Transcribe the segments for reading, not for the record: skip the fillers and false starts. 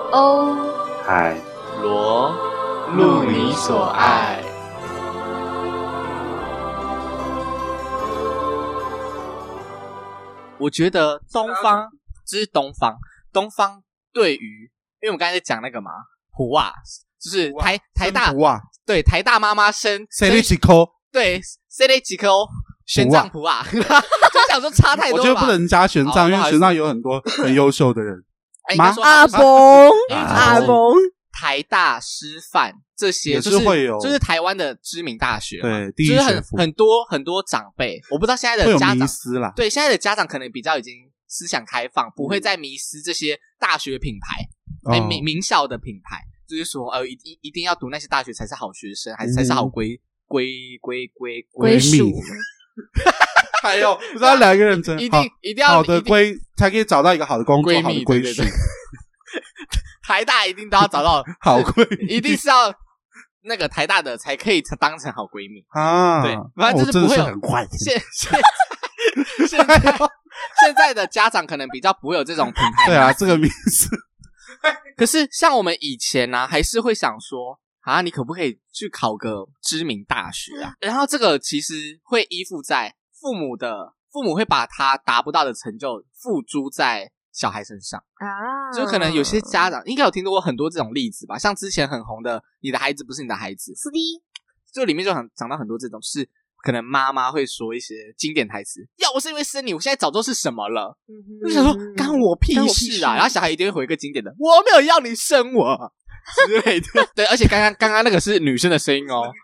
欧海罗路你所爱。我觉得东方，这是东方对于，因为我们刚才在讲那个嘛，普瓦，就是台大普瓦， 对，台大妈妈生谁的几颗？ 对，谁的几颗玄奘普瓦，就想说差太多吧。 我觉得不能加玄奘，因为玄奘有很多很优秀的人。 阿崩台大师范这些也是会有， 就是台湾的知名大学， 对，第一就是学府很多长辈，我不知道现在的家长会有迷思啦， 对，现在的家长可能比较已经思想开放，不会再迷失这些大学品牌，名校的品牌，就是说一定要读那些大学才是好学生，还是才是好归属。 还有不知道两个人真一定要好的归才可以找到一个好的工作，好的归属。 台大一定都要找到好闺蜜， 一定是要那个台大的才可以当成好闺蜜啊！ 对，反正就是不会有很坏。 现在的家长可能比较不会有这种品牌。 对啊，这个名字。 可是像我们以前呢，还是会想说啊，你可不可以去考个知名大学啊？然后这个其实会依附在父母会把他达不到的成就付诸在小孩身上啊，就可能有些家长应该有听到过很多这种例子吧，像之前很红的“你的孩子不是你的孩子”， 是的， 就里面就讲到很多这种，是可能妈妈会说一些经典台词：“要我是因为生你，我现在早就是什么了。”就想说干我屁事啊！然后小孩一定会回一个经典的：“我没有要你生我之类的。”对，而且刚刚那个是女生的声音哦。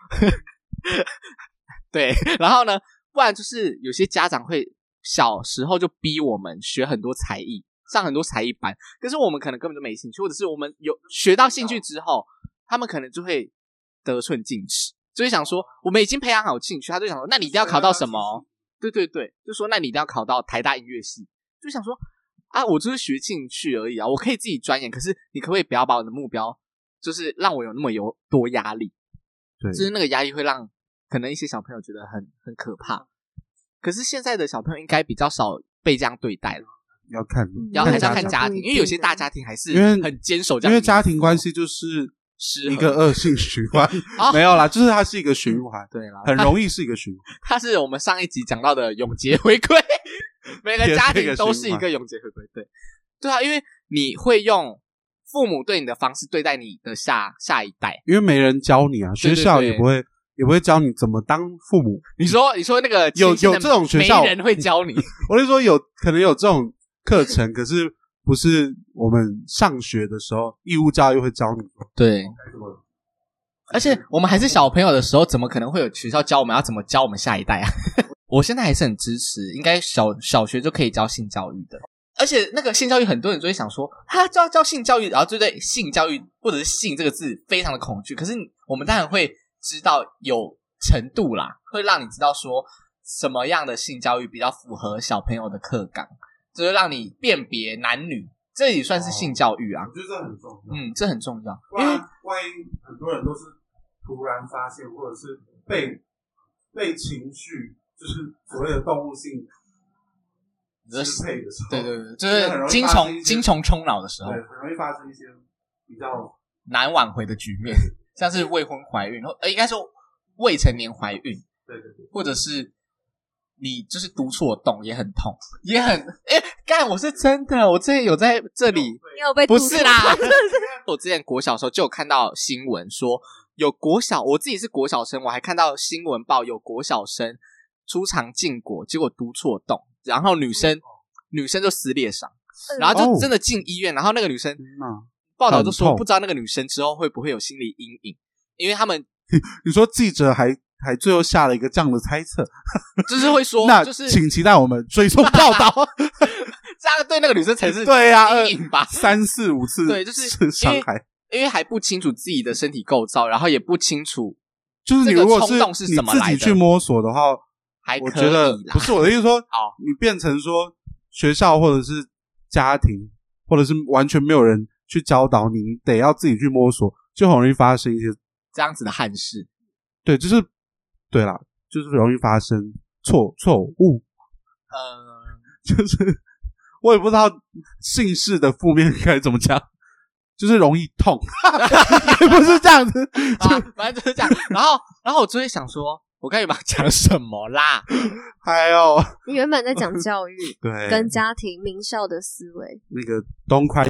对，然后呢，不然就是有些家长会小时候就逼我们学很多才艺。上很多才艺班，可是我们可能根本就没兴趣，或者是我们有学到兴趣之后，他们可能就会得寸进尺，就会想说我们已经培养好兴趣，他就想说那你一定要考到什么？对，就说那你一定要考到台大音乐系，就想说啊，我就是学兴趣而已啊，我可以自己钻研，可是你可不可以不要把我的目标就是让我有那么多压力？ 对， 就是那个压力会让可能一些小朋友觉得很可怕。可是现在的小朋友应该比较少被这样对待了。还是要看家庭，因为有些大家庭还是很坚守这样， 因为家庭关系就是一个恶性循环。没有啦，就是它是一个循环， 对啦， 很容易是一个循环。 它是我们上一集讲到的永劫回归，每个家庭都是一个永劫回归。对啊，因为你会用父母对你的方式对待你的下一代， 因为没人教你啊，学校也不会教你怎么当父母。 你说那个有这种学校没人会教你， 我是说可能有这种课程，可是不是我们上学的时候义务教育会教你。 对，而且我们还是小朋友的时候，怎么可能会有学校教我们要怎么教我们下一代啊？我现在还是很支持，应该小学就可以教性教育的。而且那个性教育，很多人就会想说，他教性教育，然后就对性教育或者是性这个字非常的恐惧。可是我们当然会知道有程度啦，会让你知道说什么样的性教育比较符合小朋友的课纲。就是让你辨别男女，这也算是性教育啊。 我觉得这很重要。 这很重要。 不然万一很多人都是突然发现，或者是被情绪，就是所谓的动物性支配的时候， 对，就是精虫冲脑的时候， 对，很容易发生一些比较难挽回的局面，像是未婚怀孕，应该说未成年怀孕， 对， 或者是。你就是读错洞也很痛，也很干！我是真的，我之前有在这里， 你有被不是啦？我之前国小的时候就有看到新闻说，有国小，我自己是国小生，我还看到新闻报有国小生出场禁果，结果读错洞，然后女生就撕裂伤，然后就真的进医院，然后那个女生报道就说，不知道那个女生之后会不会有心理阴影，因为他们你说记者还最后下了一个这样的猜测， 就是会说， 那就是请期待我们追踪报道。 这样对那个女生才是对啊， 阴影吧 ，3、4、5次， 对，就是伤害， 因为还不清楚自己的身体构造，然后也不清楚， 就是你如果是你自己去摸索的话， 还可以啦， 我觉得不是我的意思说，你变成说学校或者是家庭，或者是完全没有人去教导你，你得要自己去摸索，就很容易发生一些这样子的憾事。 对，对啦，就是容易发生错误。就是我也不知道姓氏的负面该怎么讲。 就是容易痛，也不是这样子， 反正就是这样。然后我就会想说，我刚才把讲什么啦？ 还有你原本在讲教育， 对， 跟家庭名校的思维， 那个东快，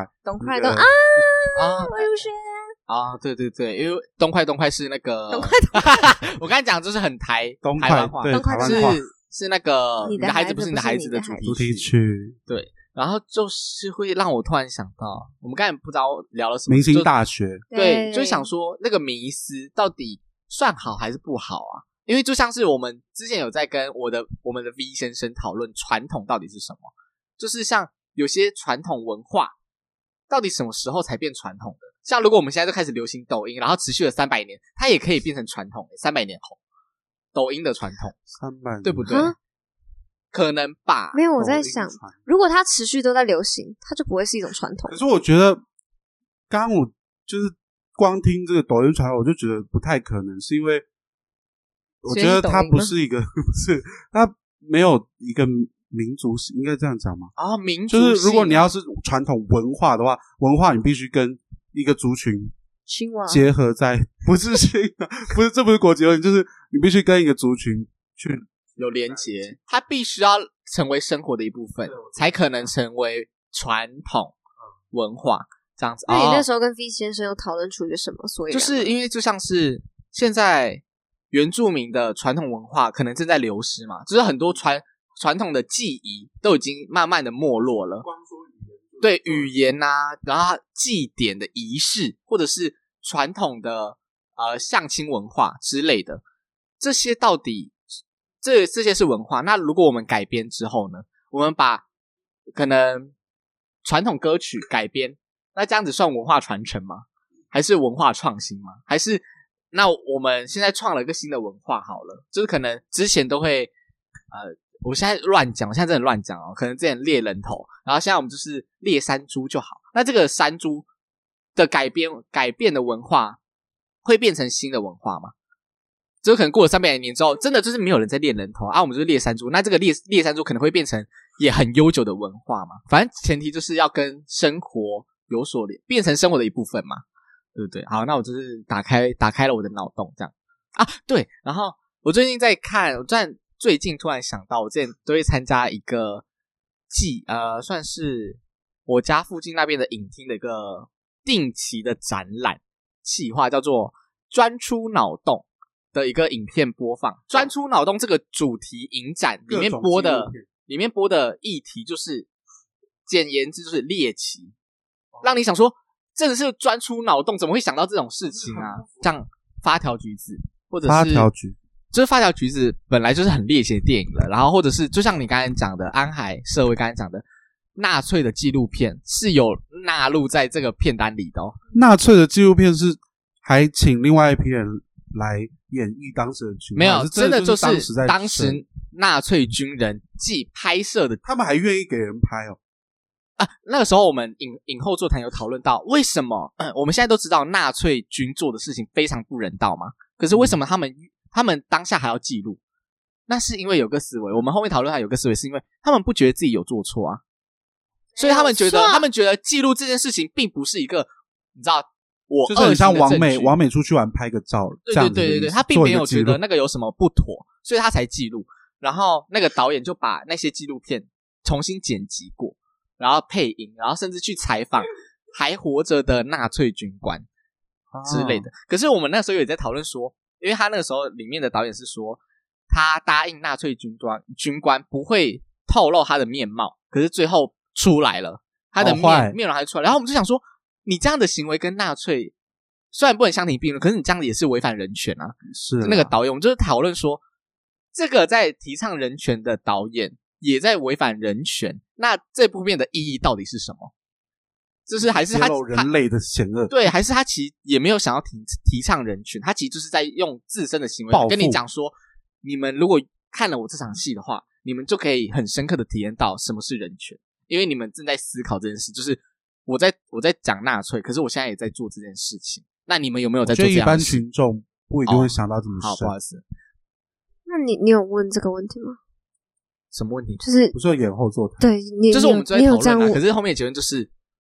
魏如萱啊，对对对，因为东快是那个东快我刚才讲就是很台东台湾话， 快，对， 东快台湾话是那个你的孩子不是你的孩子的主题曲， 对。然后就是会让我突然想到，我们刚才不知道聊了什么， 明星大学， 对，就想说那个迷思到底算好还是不好啊？因为就像是我们之前有在跟我们的 V 先生讨论传统到底是什么，就是像有些传统文化到底什么时候才变传统的？像如果我们现在就开始流行抖音，然后持续了300年，它也可以变成传统，300年后抖音的传统 300年对不对？可能吧。 没有，我在想，如果它持续都在流行，它就不会是一种传统。 可是我觉得，刚刚我就是光听这个抖音传统，我就觉得不太可能，是因为我觉得它不是一个，不是它没有一个民族性，应该这样讲吗？ 啊，民族性就是如果你要是传统文化的话，文化你必须跟一个族群结合在，不是不是，这不是国籍问题，就是你必须跟一个族群去有连结，它必须要成为生活的一部分，才可能成为传统文化这样子。 那你那时候跟 V 先生有讨论出一个什么？所以就是因为就像是现在原住民的传统文化可能正在流失嘛，就是很多传统的技艺都已经慢慢的没落了。对语言啊，然后祭典的仪式，或者是传统的相亲文化之类的，这些到底这些是文化。那如果我们改编之后呢？我们把可能传统歌曲改编，那这样子算文化传承吗？还是文化创新吗？还是那我们现在创了一个新的文化好了，就是可能之前都会我现在乱讲，我现在真的乱讲哦。可能之前猎人头，然后现在我们就是猎山猪就好。那这个山猪的改变的文化会变成新的文化吗？就可能过了300年之后，真的就是没有人在猎人头啊，我们就是猎山猪。那这个猎山猪可能会变成也很悠久的文化嘛？反正前提就是要跟生活有所连，变成生活的一部分嘛，对不对？好，那我就是打开了我的脑洞这样啊。对，然后我最近在看，最近突然想到，我之前都会参加一个算是我家附近那边的影厅的一个定期的展览企划，叫做专出脑洞的一个影片播放。专出脑洞这个主题影展里面播的议题，就是简言之就是猎奇，让你想说真的是专出脑洞，怎么会想到这种事情啊？像发条橘子，或者是发条橘， 就是发条橘子本来就是很猎奇的电影了，然后或者是就像你刚才讲的安海社会刚才讲的纳粹的纪录片是有纳入在这个片单里的哦。 纳粹的纪录片是还请另外一批人来演绎当时的情况， 没有，真的就是当时纳粹军人既拍摄的， 他们还愿意给人拍哦。 那个时候我们影后座谈有讨论到，为什么我们现在都知道纳粹军做的事情非常不人道嘛，可是为什么他们当下还要记录？那是因为有个思维，我们后面讨论有个思维，是因为他们不觉得自己有做错啊，所以他们觉得记录这件事情并不是一个，你知道， 就是很像王美出去玩拍个照， 对，他并没有觉得那个有什么不妥，所以他才记录。然后那个导演就把那些纪录片重新剪辑过，然后配音，然后甚至去采访还活着的纳粹军官之类的。可是我们那时候也在讨论说，因为他那个时候里面的导演是说，他答应纳粹军官不会透露他的面貌，可是最后出来了，他的面容还出来。然后我们就想说，你这样的行为跟纳粹虽然不能相提并论，可是你这样也是违反人权啊。 是那个导演，我们就是讨论说，这个在提倡人权的导演也在违反人权，那这部片的意义到底是什么？就是还是他人类的险恶， 对，还是他其实也没有想要提倡人权，他其实就是在用自身的行为跟你讲说，你们如果看了我这场戏的话，你们就可以很深刻的体验到什么是人权，因为你们正在思考这件事，就是我在讲纳粹，可是我现在也在做这件事情，那你们有没有在做这样的事？ 我觉得一般群众不一定会想到这么深。 好，不好意思。 那你有问这个问题吗？ 什么问题？ 就是不是有演后座谈？ 对， 就是我们在讨论这样， 可是后面的结论就是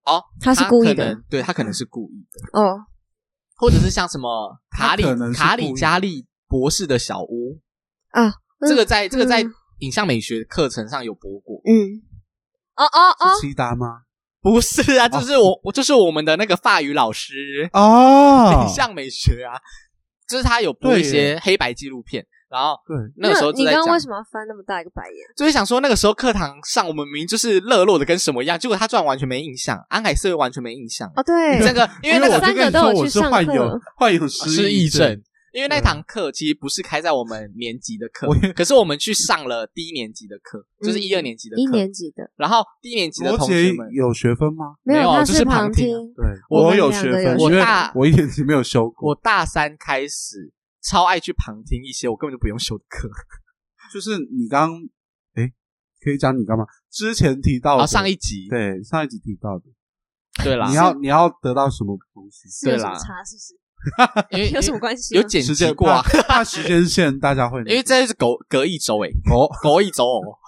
哦， 他是故意的， 对，他可能是故意的哦， 或者是像什么卡里加利博士的小屋啊， 这个在影像美学课程上有播过。 是七达吗？ 不是啊，就是我们的那个法语老师影像美学啊，就是他有播一些黑白纪录片。然后对， 那个时候就在讲， 你刚刚为什么要翻那么大一个白眼？ 就是想说那个时候课堂上我们明明就是热络的跟什么一样，结果他居然完全没印象，安海社完全没印象。 哦，对， 这个因为那个三个都有去上课， 患有失忆症。 因为那堂课其实不是开在我们年级的课，可是我们去上了低年级的课，就是1、2年级的课。 1年级的， 然后低年级的同学们有学分吗？ 没有，他就是旁听。 对，我有学分，因为我1年级没有修过。 我大3开始超爱去旁听一些我根本就不用修的课。 就是你刚可以讲你干嘛？之前提到的上一集， 对，上一集提到的， 对啦， 你要得到什么东西？ 对啦，差是不是？因为有什么关系？ 有剪辑过啊， 怕时间线大家会， 因为这是隔一周隔一周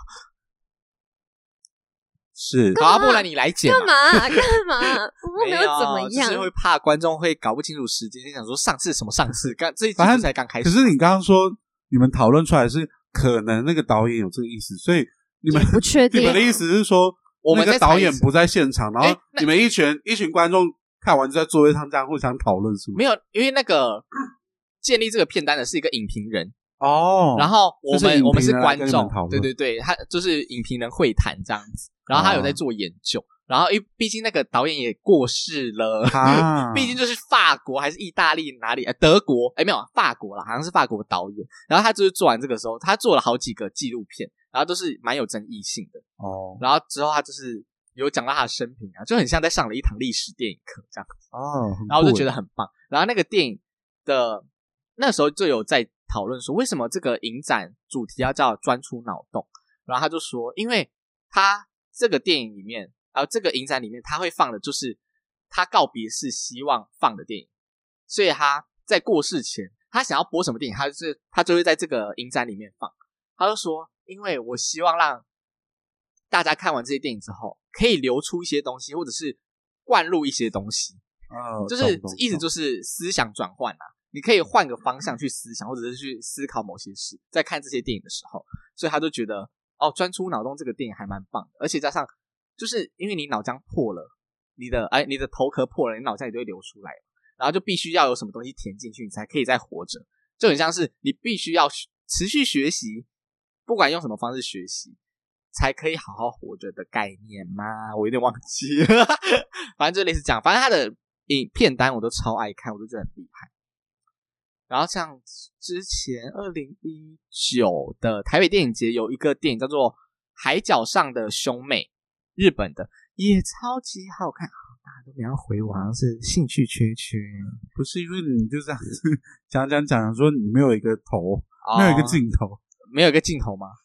是。好，不然你来剪干嘛？我没有怎么样， 就是会怕观众会搞不清楚时间，就想说上次什么上次，这一集才刚开始。 可是你刚刚说你们讨论出来是可能那个导演有这个意思，所以你们不确定。 你们的意思是说，那个导演不在现场，然后你们一群观众看完就在座位上这样互相讨论，是吗？ 没有，因为那个建立这个片单的是一个影评人哦， 然后我们是观众，对，他就是影评人会谈这样子，然后他有在做研究，然后因为毕竟那个导演也过世了，毕竟就是法国还是意大利哪里德国没有法国啦，好像是法国导演，然后他就是做完这个时候，他做了好几个纪录片，然后都是蛮有争议性的哦，然后之后他就是有讲到他的生平啊，就很像在上了一堂历史电影课这样子哦， 然后我就觉得很棒。然后那个电影的那时候就有在讨论说，为什么这个影展主题要叫专出脑洞？然后他就说，因为他这个电影里面，这个影展里面，他会放的就是他告别式希望放的电影，所以他在过世前，他想要播什么电影，他就会在这个影展里面放。他就说，因为我希望让大家看完这些电影之后，可以留出一些东西，或者是灌入一些东西，就是意思就是思想转换啊，你可以换个方向去思想，或者是去思考某些事，在看这些电影的时候，所以他就觉得专出脑洞这个电影还蛮棒的，而且加上就是因为你脑浆破了，你的头壳破了，你脑浆也就会流出来，然后就必须要有什么东西填进去，你才可以再活着，就很像是你必须要持续学习，不管用什么方式学习，才可以好好活着的概念吗？我有点忘记了反正就类似这样，反正他的片单我都超爱看，我都觉得很厉害。然后像之前2019的台北电影节有一个电影叫做《海角上的兄妹》，日本的，也超级好看。大家都没有回我，好像是兴趣缺， 不是因为你就这样子讲说你没有一个头，没有一个镜头， 没有一个镜头吗？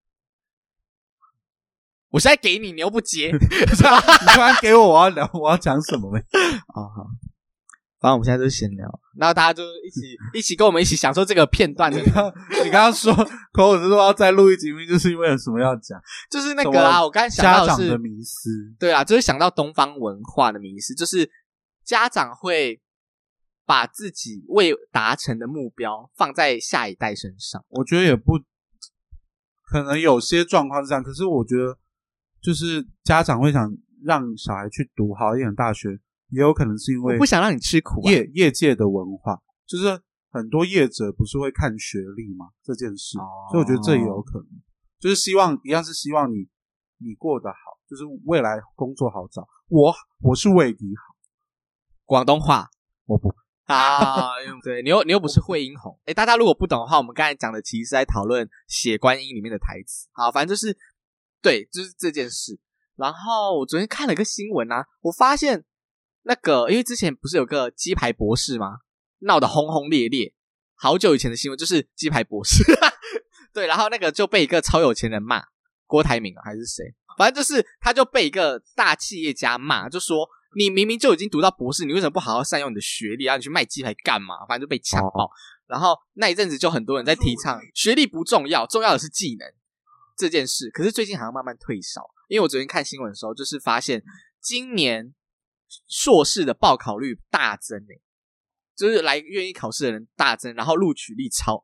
我现在给你，你又不接， 你突然给我，我要讲什么呗？ 好。反正我们现在就是闲聊，然后大家就一起跟我们一起享受这个片段。你刚刚说口子说要再录一集，就是因为有什么要讲？ 就是那个啦，我刚才想到的是家长的迷思， 对啊，就是想到东方文化的迷思，就是家长会把自己未达成的目标放在下一代身上。 我觉得也不可能，有些状况是这样，可是我觉得就是家长会想让小孩去读好一点的大学。也有可能是因为我不想让你吃苦业界的文化，就是很多业者不是会看学历吗？这件事，所以我觉得这也有可能，就是希望你过得好，就是未来工作好找。我是为你好， 广东话我不对，你又不是惠英红。大家如果不懂的话，我们刚才讲的其实是在讨论《血观音》里面的台词。好，反正就是对，就是这件事。然后我昨天看了一个新闻啊，我发现。那个，因为之前不是有个鸡排博士吗？闹得轰轰烈烈，好久以前的新闻就是鸡排博士，对，然后那个就被一个超有钱人骂，郭台铭还是谁，反正就是他就被一个大企业家骂，就说你明明就已经读到博士，你为什么不好好善用你的学历，然后你去卖鸡排干嘛？反正就被呛爆。然后那一阵子就很多人在提倡学历不重要，重要的是技能这件事，可是最近好像慢慢退烧，因为我昨天看新闻的时候，就是发现今年硕士的报考率大增就是来愿意考试的人大增，然后录取率超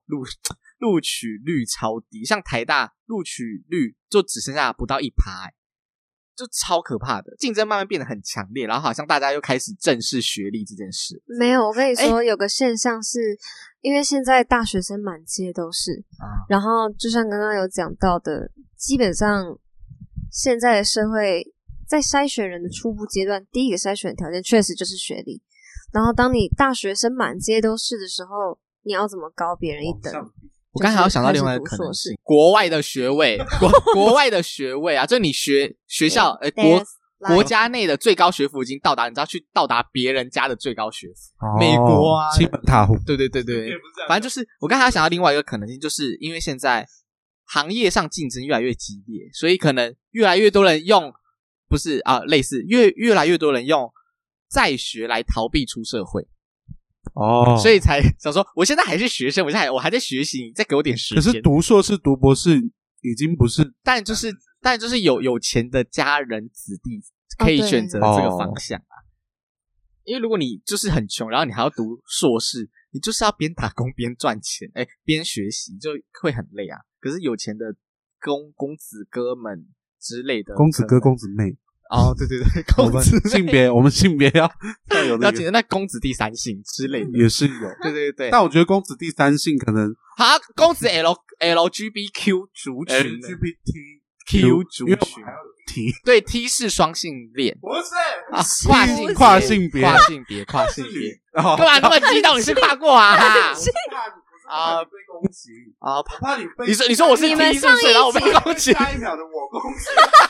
低，像台大录取率就只剩下不到1%就超可怕的，竞争慢慢变得很强烈，然后好像大家又开始正视学历这件事。 没有，我跟你说，有个现象是，因为现在大学生满街都是，然后就像刚刚有讲到的，基本上现在的社会在筛选人的初步阶段，第一个筛选条件确实就是学历，然后当你大学生满街都是的时候，你要怎么高别人一等？ 我刚才还要想到另外一个可能性，国外的学位，国外的学位啊，就你学校国家内的最高学府已经到达，你知道去到达别人家的最高学府，美国啊， 基本踏户， 对，反正就是我刚才还要想到另外一个可能性，就是因为现在行业上竞争越来越激烈，所以可能越来越多人用不是啊，类似越来越多人用在学来逃避出社会。所以才想说，我现在还是学生，我还在学习，你再给我点时间。 可是读硕士、读博士已经不是， 但就是有钱的家人子弟可以选择这个方向啊。因为如果你就是很穷，然后你还要读硕士，你就是要边打工边赚钱，边学习，就会很累啊。可是有钱的公子哥们之类的， 公子哥、公子妹。 对，公子我们性别要有要记得那公子第三性之类的也是有， 对。 但我觉得公子第三性可能公子 LGBTQ 族群 LGBTQ 族群，对 T 是双性恋， 不是跨性别，干嘛那么激动？你是跨过啊？ 被攻击我怕你被你说我是 T 是不是？然后我被攻击， 下一秒的我攻击。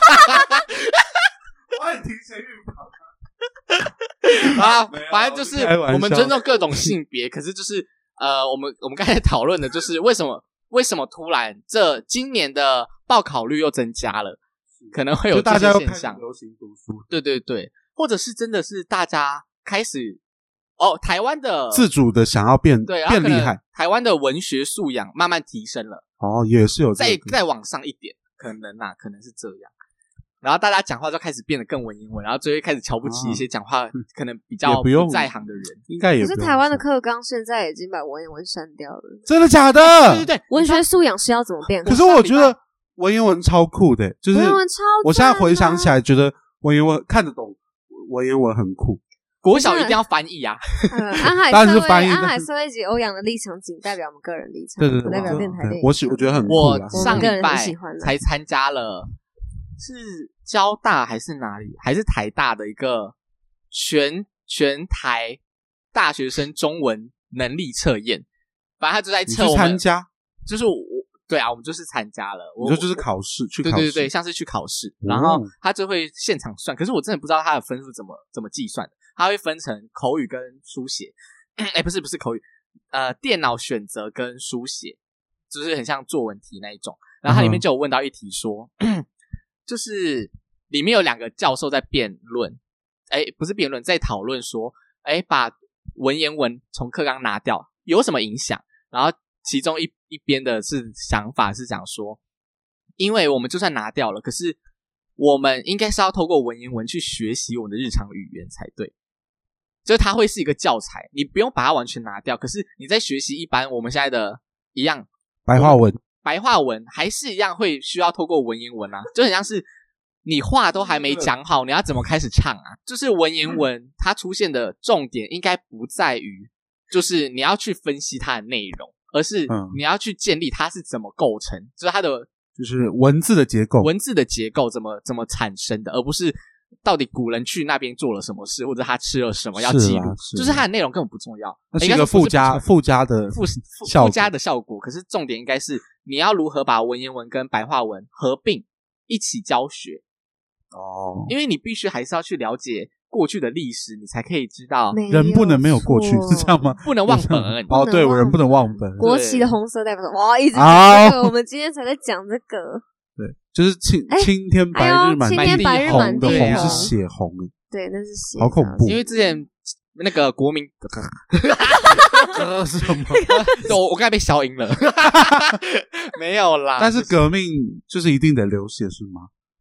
我很提前预防反正就是我们尊重各种性别，可是就是我们刚才讨论的就是为什么突然今年的报考率又增加了，可能会有这些现象， 流行读书， 对，或者是真的是大家开始台湾的自主的想要变厉害， 台湾的文学素养慢慢提升了， 也是有再往上一点，可能是这样。然后大家讲话就开始变得更文言文，然后就会开始瞧不起一些讲话可能比较不在行的人， 应该也不用。 可是台湾的课纲现在已经把文言文删掉了， 真的假的？ 对， 文学素养是要怎么变？ 可是我觉得文言文超酷的，就是文言文超赞啊， 我现在回想起来，觉得文言文看得懂，文言文很酷。 国小一定要翻译啊！ 当然是翻译。 安海社会及欧阳的立场仅代表我们个人立场， 对， 不代表电台立场。 我觉得很酷。 我上礼拜才参加了，是交大还是哪里？还是台大的一个全台大学生中文能力测验。反正他就在测我们。 你去参加？ 就是我们就是参加了。 你说就是考试，去考试。 对，像是去考试，然后他就会现场算。可是我真的不知道他的分数怎么计算的。它会分成口语跟书写，不是口语，电脑选择跟书写，就是很像作文题那一种。然后它里面就有问到一题说，就是里面有2个教授在辩论，不是辩论，在讨论说，把文言文从课纲拿掉有什么影响？然后其中一边的想法是讲说，因为我们就算拿掉了，可是我们应该是要透过文言文去学习我们的日常语言才对。就是它会是一个教材，你不用把它完全拿掉，可是你在学习一般我们现在的一样白话文还是一样会需要透过文言文啊，就很像是你话都还没讲好，你要怎么开始唱啊？就是文言文它出现的重点应该不在于就是你要去分析它的内容，而是你要去建立它是怎么构成，就是它的就是文字的结构怎么产生的，而不是到底古人去那边做了什么事，或者他吃了什么要记录，就是它的内容根本不重要， 那是一个附加的效果。可是重点应该是你要如何把文言文跟白话文合并一起教学因为你必须还是要去了解过去的历史，你才可以知道人不能没有过去，是这样吗？ 不能忘本对，人不能忘本。 国旗的红色代表哇，一直讲这个，我们今天才在讲这个。 对，就是青天白日满地红的红是血红， 对，那是血， 好恐怖。 因为之前那个国民是什么？ 我刚才被消音了，没有啦。 但是革命就是一定得流血是吗？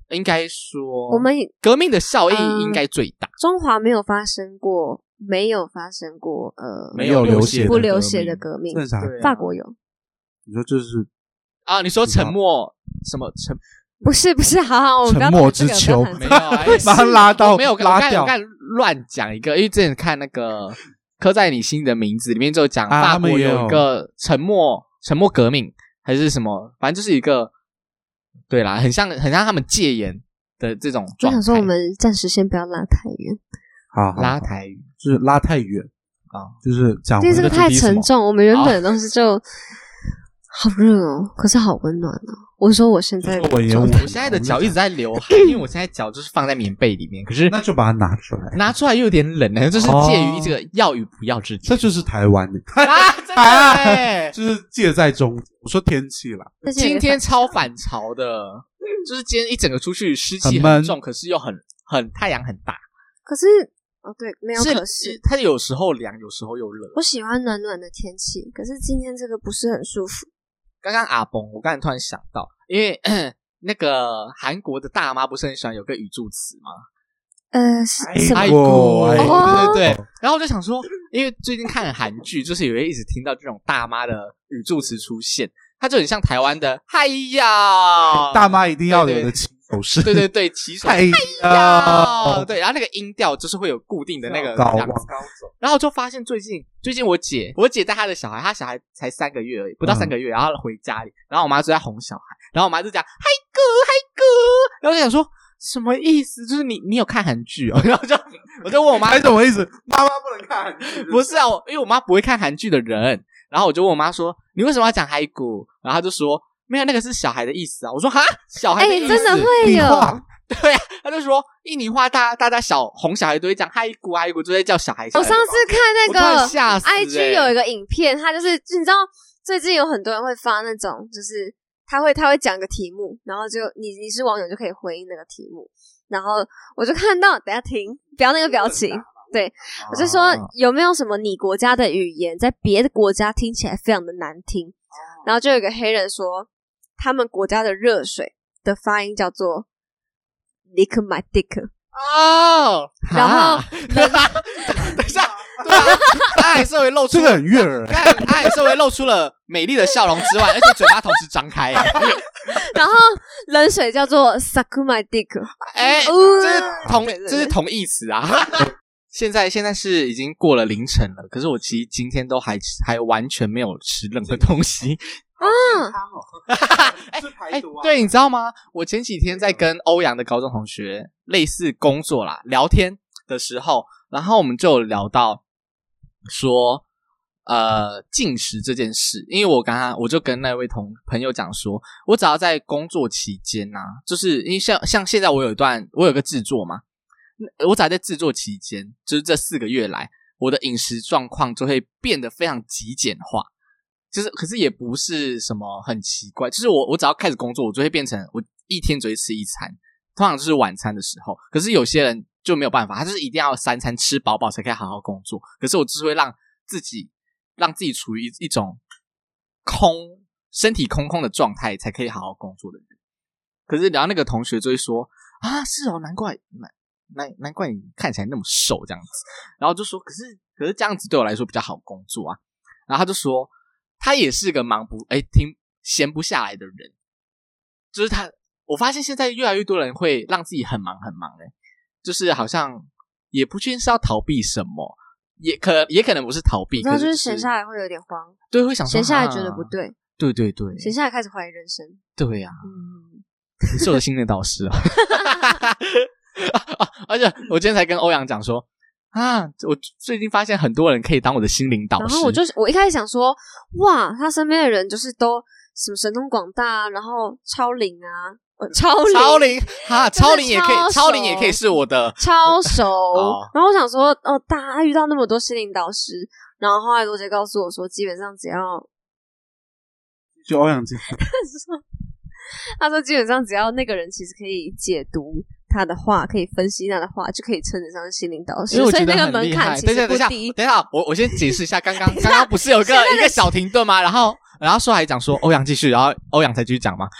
应该说我们革命的效益应该最大。 中华没有发生过没有流血不流血的革命， 正常。 法国有。 你说就是啊？你说沉默什么沉？ 不是，好，我们沉默之丘没有啊， 把它拉到没有拉掉。 我刚乱讲一个，因为之前看那个《刻在你心的名字》里面就讲法国有一个沉默革命还是什么，反正就是一个对啦，很像他们戒严的这种状态。 我想说，我们暂时先不要拉太远。 好， 拉太远就是拉太远啊，就是讲因为这个太沉重，我们原本的东西就好热哦，可是好温暖哦。我说我现在我现在的脚一直在流汗，因为我现在脚就是放在棉被里面，可是那就把它拿出来， 拿出来又有点冷呢，就是介于这个要与不要之间。 这就是台湾的真的就是介在中。我说天气啦， 今天超反潮的，就是今天一整个出去湿气很重，可是又很太阳很大。 可是对，没有可是它有时候凉，有时候又热。 我喜欢暖暖的天气，可是今天这个不是很舒服。 刚刚阿崩，我刚才突然想到，因为那个韩国的大妈不是很喜欢有个语助词吗？ 什么？对。然后我就想说，因为最近看韩剧，就是有人一直听到这种大妈的语助词出现，它就很像台湾的嗨呀， 大妈一定要有的起手式， 对，起手嗨呀，对，然后那个音调就是会有固定的那个高走。然后就发现最近我姐带她的小孩，她小孩才3个月而已，不到3个月，然后回家里，然后我妈就在哄小孩，然后我妈就讲嗨哥，然后就想说。什么意思？就是你有看韩剧哦？然后我就问我妈， 什么意思？妈妈不能看韩剧？ 不是啊，因为我妈不会看韩剧的人。然后我就问我妈说：“你为什么要讲嗨姑？”然后她就说：“没有，那个是小孩的意思啊。”我说：“哈，小孩的意思？ 真的会有？ 对啊。”她就说：“印尼话，大家哄小孩都会讲嗨姑，就会叫小孩。” 我上次看那个嚇死 IG 有一个影片，它就是你知道，最近有很多人会发那种就是。他会讲个题目，然后就你是网友就可以回应那个题目，然后我就看到，等一下停，不要那个表情，对，我就说有没有什么你国家的语言在别的国家听起来非常的难听，然后就有一个黑人说他们国家的热水的发音叫做 lick my dick 哦， 然后等一下。对啊，他还是会露出这个很悦耳， 他还是会露出了美丽的笑容之外，而且嘴巴同时张开。 然后冷水叫做 suck my dick， 这是同义词啊。现在是已经过了凌晨了，可是我其实今天都还完全没有吃任何东西。对，你知道吗？我前几天在跟欧阳的高中同学类似工作啦聊天的时候，然后我们就有聊到说进食这件事，因为我就跟那位朋友讲说，我只要在工作期间啊，就是因为像现在我有个制作嘛，我只要在制作期间，就是这4个月来，我的饮食状况就会变得非常极简化，就是可是也不是什么很奇怪，就是我只要开始工作，我就会变成我一天只会吃1餐，通常就是晚餐的时候，可是有些人就没有办法，他就是一定要3餐吃饱饱才可以好好工作，可是我就是会让自己处于一种身体空的状态才可以好好工作的人。可是然后那个同学就会说啊，是哦，难怪你看起来那么瘦这样子，然后就说可是这样子对我来说比较好工作啊。然后他就说他也是个闲不下来的人，就是我发现现在越来越多人会让自己很忙就是好像也不确定是要逃避什么，也可能不是逃避， 可是就是闲下来会有点慌， 对，会想说闲下来觉得不对， 对， 闲下来开始怀疑人生， 对呀，你是我的心灵导师啊。而且我今天才跟欧阳讲说啊，我最近发现很多人可以当我的心灵导师， 然后我一开始想说哇，他身边的人就是都什么神通广大啊，然后超龄啊，超龄哈，超龄也可以是我的超熟。然后我想说大家遇到那么多心灵导师，然后后来罗杰告诉我说，基本上只要就欧阳靖， 他说基本上只要那个人其实可以解读他的话，可以分析他的话，就可以称得上心灵导师，所以那个门槛其实不低。 等一下，我先解释一下，刚刚不是有一个小停顿吗？然后硕还讲说欧阳继续，然后欧阳才继续讲吗？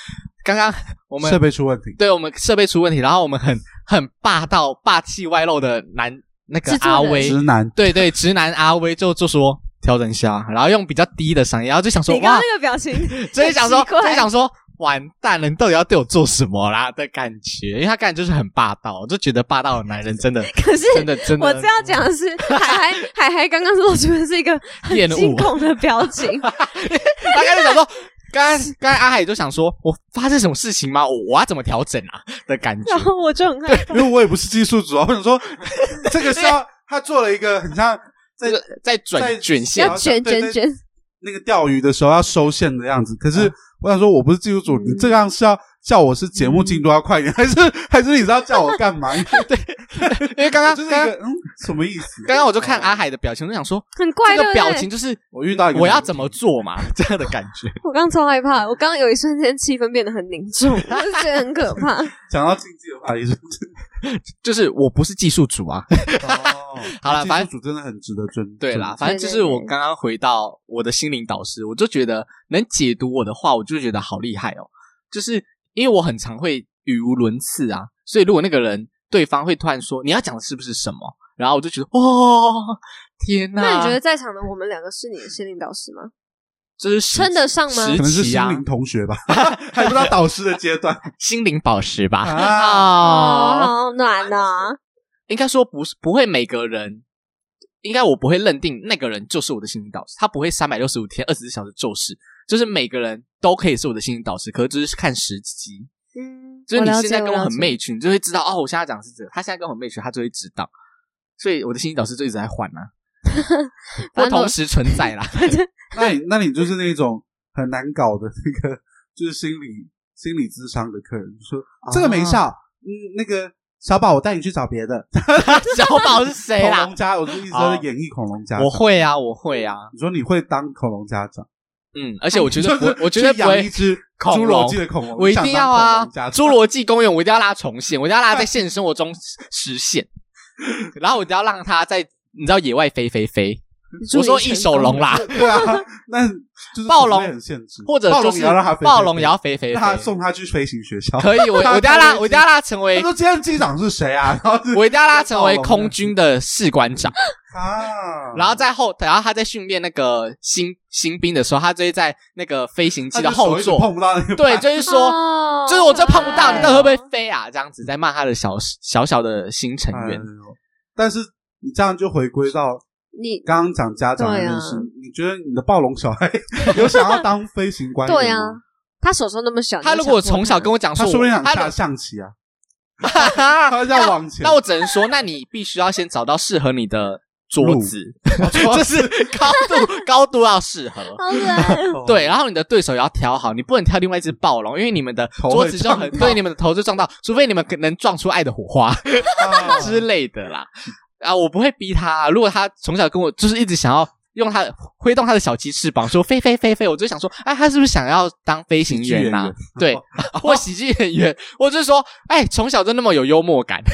刚刚我们设备出问题， 对，我们设备出问题，然后我们很霸道、霸气外露的那个阿威直男， 对，直男阿威就说调整一下，然后用比较低的嗓音，然后就想说你刚刚那个表情， 就想说完蛋了，你到底要对我做什么啦的感觉？因为他感觉就是很霸道，我就觉得霸道的男人真的， 可是真的， 我这要讲的是，海海刚刚露出的是一个很惊恐的表情， 他刚才想说。刚才阿海就想说，我发生什么事情吗？我要怎么调整啊的感觉。 然后我就很害怕， 因为我也不是技术组啊，我想说这个是要他做了一个很像在卷线， 要卷那个钓鱼的时候要收线的样子。可是我想说，我不是技术组，你这样是要叫我是节目进度要快一点，还是你是要叫我干嘛？对， 因为刚刚就是一个什么意思？ 刚刚我就看阿海的表情，我就想说很怪， 这个表情就是我遇到一个我要怎么做嘛这样的感觉。 我刚超害怕，我刚刚有一瞬间气氛变得很凝重，我就觉得很可怕。 讲到竞技的话题， 就是我不是技术组啊。好了，反正技术组真的很值得尊重。 对啦，反正就是我刚刚回到我的心灵导师，我就觉得能解读我的话，我就觉得好厉害哦。就是因为我很常会语无伦次啊，所以如果那个人对方会突然说你要讲的是不是什么，然后我就觉得天哪！ 那你觉得在场的我们两个是你的心灵导师吗？ 就是称得上吗？ 可能是心灵同学吧，还不知道导师的阶段， 心灵宝石吧。 好暖啊！ 应该说不会每个人，应该我不会认定那个人就是我的心灵导师，他不会365天24小时做事，就是每个人都可以是我的心灵导师，可是就是看时机。就是你现在跟我很match，你就会知道我现在讲的是这个，他现在跟我很match，他就会知道。所以我的心灵导师就一直在换啊，不同时存在啦。 那你就是那种很难搞的那个，就是心理咨商的客人，就说这个没效，那个小宝，我带你去找别的。 小宝是谁啦？ 恐龙家，我是一直在演绎恐龙家长。 我会啊。 你说你会当恐龙家长？ 而且我觉得我绝对不会养一只侏罗纪的恐龙， 我一定要啊！侏罗纪公园我一定要让它重现，我一定要让它在现实生活中实现，然后我一定要让它在你知道野外飞。我说异手龙啦， 对啊，那就是暴龙很限制， 或者就是暴龙也要飞，让他送他去飞行学校， 可以，我一定要让他成为。 他说今天机长是谁啊？然后我一定要让他成为空军的士官长啊， 然后他在训练那个新兵的时候，他就会在那个飞行机的后座碰不到那个， 对，就是说，就是我这碰不到，你到底会不会飞啊？这样子在骂他的小的新成员， 但是你这样就回归到。你刚刚讲家长的那事，你觉得你的暴龙小孩有想要当飞行官员吗？ 对啊，他手那么小， 他如果从小跟我讲说， 他说不定想下象棋啊，他在往前。 那我只能说，那你必须要先找到适合你的桌子，就是高度要适合。对，然后你的对手也要挑好，你不能挑另外一只暴龙，因为你们的桌子就很对，你们的头就撞到，除非你们能撞出爱的火花之类的啦。我不会逼他如果他从小跟我就是一直想要用他挥动他的小鸡翅膀说飞，我就想说他是不是想要当飞行员啊？对，或喜剧演员，我就说从小就那么有幽默感，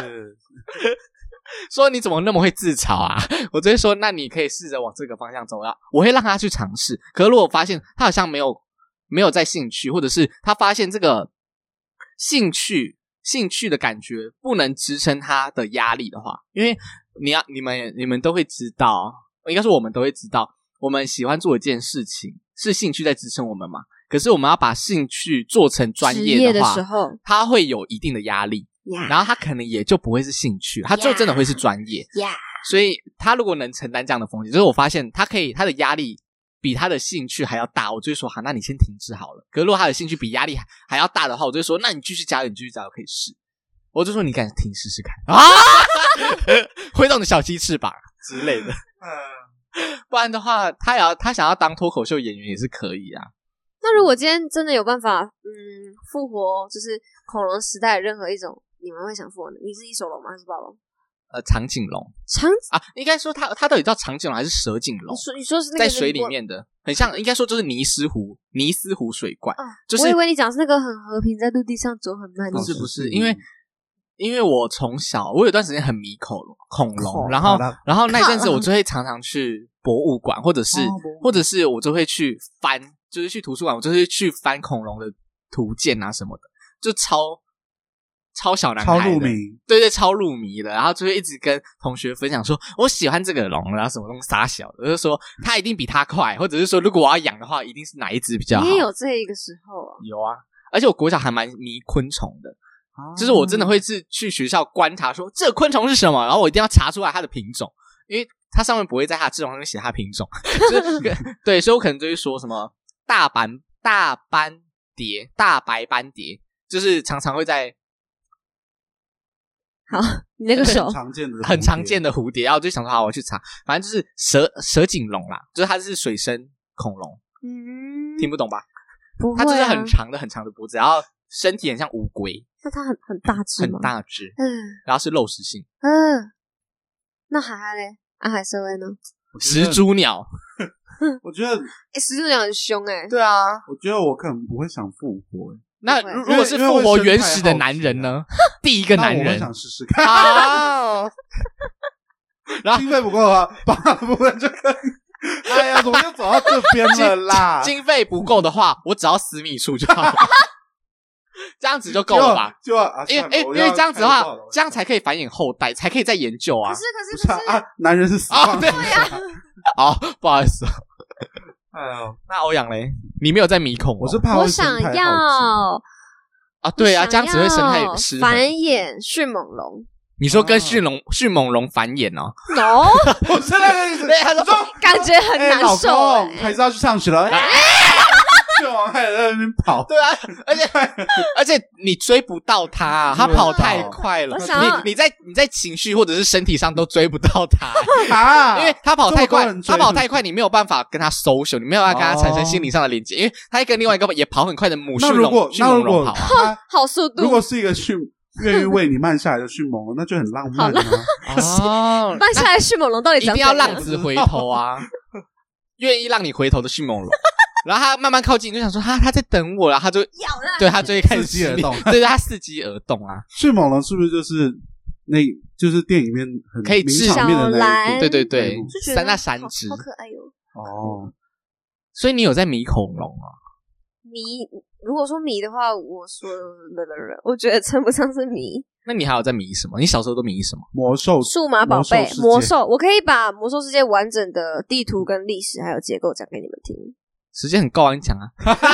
说你怎么那么会自嘲啊？我就会说那你可以试着往这个方向走啊，我会让他去尝试。可是如果发现他好像没有在兴趣，或者是他发现这个兴趣的感觉不能支撑他的压力的话，因为你们都会知道，应该说我们都会知道，我们喜欢做一件事情是兴趣在支撑我们嘛。可是我们要把兴趣做成专业的话，他会有一定的压力，然后他可能也就不会是兴趣，他就真的会是专业。所以他如果能承担这样的风险，就是我发现他的压力比他的兴趣还要大，我就会说好，那你先停止好了。可是如果他的兴趣比压力还要大的话，我就会说那你继续加油，可以试。我就说你敢停试试看啊，挥动你的小鸡翅膀之类的。不然的话，他想要当脱口秀演员也是可以啊。 那如果今天真的有办法，复活就是恐龙时代任何一种，你们会想复活的？你是异手龙吗？还是暴龙？ 长颈龙应该说它到底叫长颈龙还是蛇颈龙？你说是那个在水里面的，很像，应该说就是尼斯湖水怪。就是我以为你讲是那个很和平在陆地上走很慢的。 不是，因为我从小我有段时间很迷恐龙，然后那阵子我就会常常去博物馆，或者是我就会去翻，就是去图书馆，我就会去翻恐龙的图鉴啊什么的，就超小男孩的， 超入迷， 对，超入迷的，然后就会一直跟同学分享说我喜欢这个龙，然后什么东西傻小的，就是说他一定比他快，或者是说如果我要养的话一定是哪一只比较好。 你也有这一个时候啊？ 有啊，而且我国小还蛮迷昆虫的，就是我真的会是去学校观察说这个昆虫是什么，然后我一定要查出来它的品种，因为它上面不会在它的翅膀上面写它的品种就是对，所以我可能就会说什么大白斑蝶，就是常常会在好，你那个手很常见的蝴蝶，然后我就想说好，我去查，反正就是蛇颈龙啦，就是它是水生恐龙，听不懂吧？ 不会啊， 它就是很长的脖子，然后身体很像乌龟。 那它很大只吗？ 很大只，然后是肉食性。 那海海嘞？海蛇类呢？ 始祖鸟， 我觉得始祖鸟很凶对啊， 我觉得我可能不会想复活。 那如果是复活原始的男人呢？第一个男人， 我想试试看。然后经费不够的话，帮他部分就可以。哎呀，怎么又走到这边了啦？ 经费不够的话，我只要私密处就好了。这样子就够了吧？因为这样子的话，这样才可以繁衍后代，才可以再研究啊。 可是啊，男人是死亡对呀。好，不好意思。哎呦，那欧阳嘞？你没有在迷恐龙？ 我是怕我想要啊，对啊，这样子会生态失衡。 繁衍迅猛龙。 你说跟迅猛龙繁衍哦 ？No， 我是那个意思。 他说感觉很难受， 老公还是要去上学了。迅猛还在那边跑， 对啊，而且你追不到他，他跑太快了。你在情绪或者是身体上都追不到他，因为他跑太快，你没有办法跟他 social， 你没有办法跟他产生心理上的连接，因为他跟另外一个也跑很快的母迅猛龙跑， 好速度。 如果是一个愿意为你慢下来的迅猛龙，那就很浪漫啊！ 慢下来迅猛龙到底一定要浪子回头啊！愿意让你回头的迅猛龙。然后他慢慢靠近，就想说他在等我，然后他就对他就会开始伺机而动， 对他伺机而动啊！ 迅猛龙是不是就是电影里面很可以治场面的那一部？ 对，那三只好可爱哟！ 哦， 所以你有在迷恐龙啊？ 如果说迷的话，我说我觉得称不上是迷。 那你还有在迷什么？你小时候都迷什么？ 魔兽、 数码宝贝、魔兽，我可以把魔兽世界完整的地图跟历史还有结构讲给你们听。 时间很够啊，你讲啊！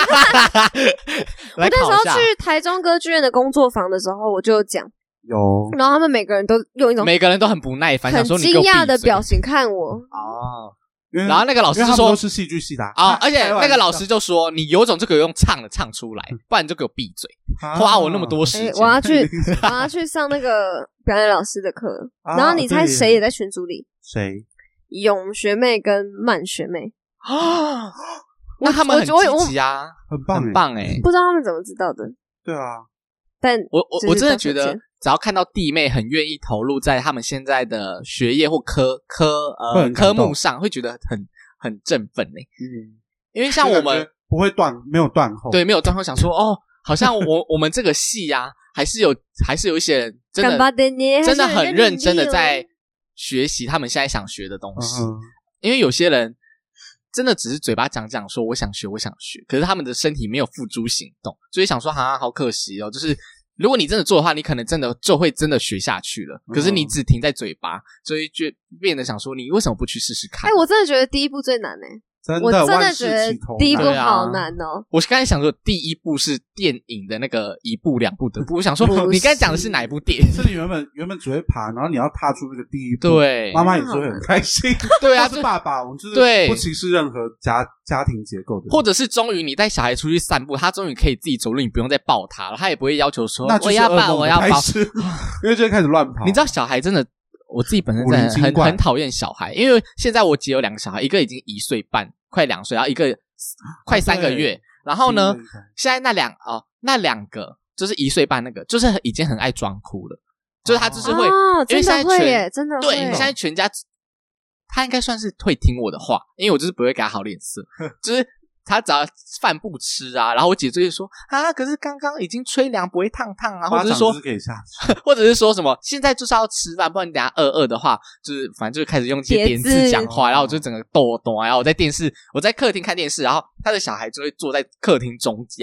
我那时候去台中歌剧院的工作坊的时候，我就讲然后他们每个人都用一种每个人都很不耐烦， 很惊讶的表情看我。 然后那个老师就说都是戏剧系的而且那个老师就说你有种就给我用唱的唱出来，不然你就给我闭嘴，花我那么多时间。 我要去上那个表演老师的课，然后你猜谁也在群组里？ 谁？ 永学妹跟曼学妹啊！那他们很积极啊， 很棒欸， 不知道他们怎么知道的。 对啊， 但我真的觉得只要看到弟妹很愿意投入在他们现在的学业或科目上，会觉得很振奋欸。因为像我们不会没有断后， 对，没有断后，想说好像我们这个系啊，还是有一些人真的很认真的在学习他们现在想学的东西。因为有些人真的只是嘴巴讲说我想学，可是他们的身体没有付诸行动，所以想说好可惜哦。就是如果你真的做的话，你可能真的就会真的学下去了。可是你只停在嘴巴，所以就变得想说你为什么不去试试看？ 我真的觉得第一步最难我真的觉得第一步好难哦。 我刚才想说第一步是电影的那个一步两步的步，我想说你刚才讲的是哪一部电影？ 是你原本只会爬，然后你要踏出那个第一步， 对， 妈妈也是会很开心。 对啊， 是爸爸，我们就是不歧视任何家庭结构的， 或者是终于你带小孩出去散步，他终于可以自己走路，你不用再抱他了，他也不会要求说我要抱，因为就会开始乱跑。 你知道小孩真的。我自己本身真的很讨厌小孩，因为现在我姐有2个小孩，一个已经1岁半，快2岁，然后一个快3个月。然后呢，现在那两个就是1岁半那个，就是已经很爱装哭了，就是他就是会，因为现在真的会对，现在全家他应该算是会听我的话，因为我就是不会给他好脸色，就是他只要饭不吃啊，然后我姐就会说可是刚刚已经吹凉不会烫啊，或者是说或者是说什么现在就是要吃饭，不然你等下饿的话，就是反正就开始用一些点字讲话，然后我就整个抖，然后我在客厅看电视，然后他的小孩就会坐在客厅中央，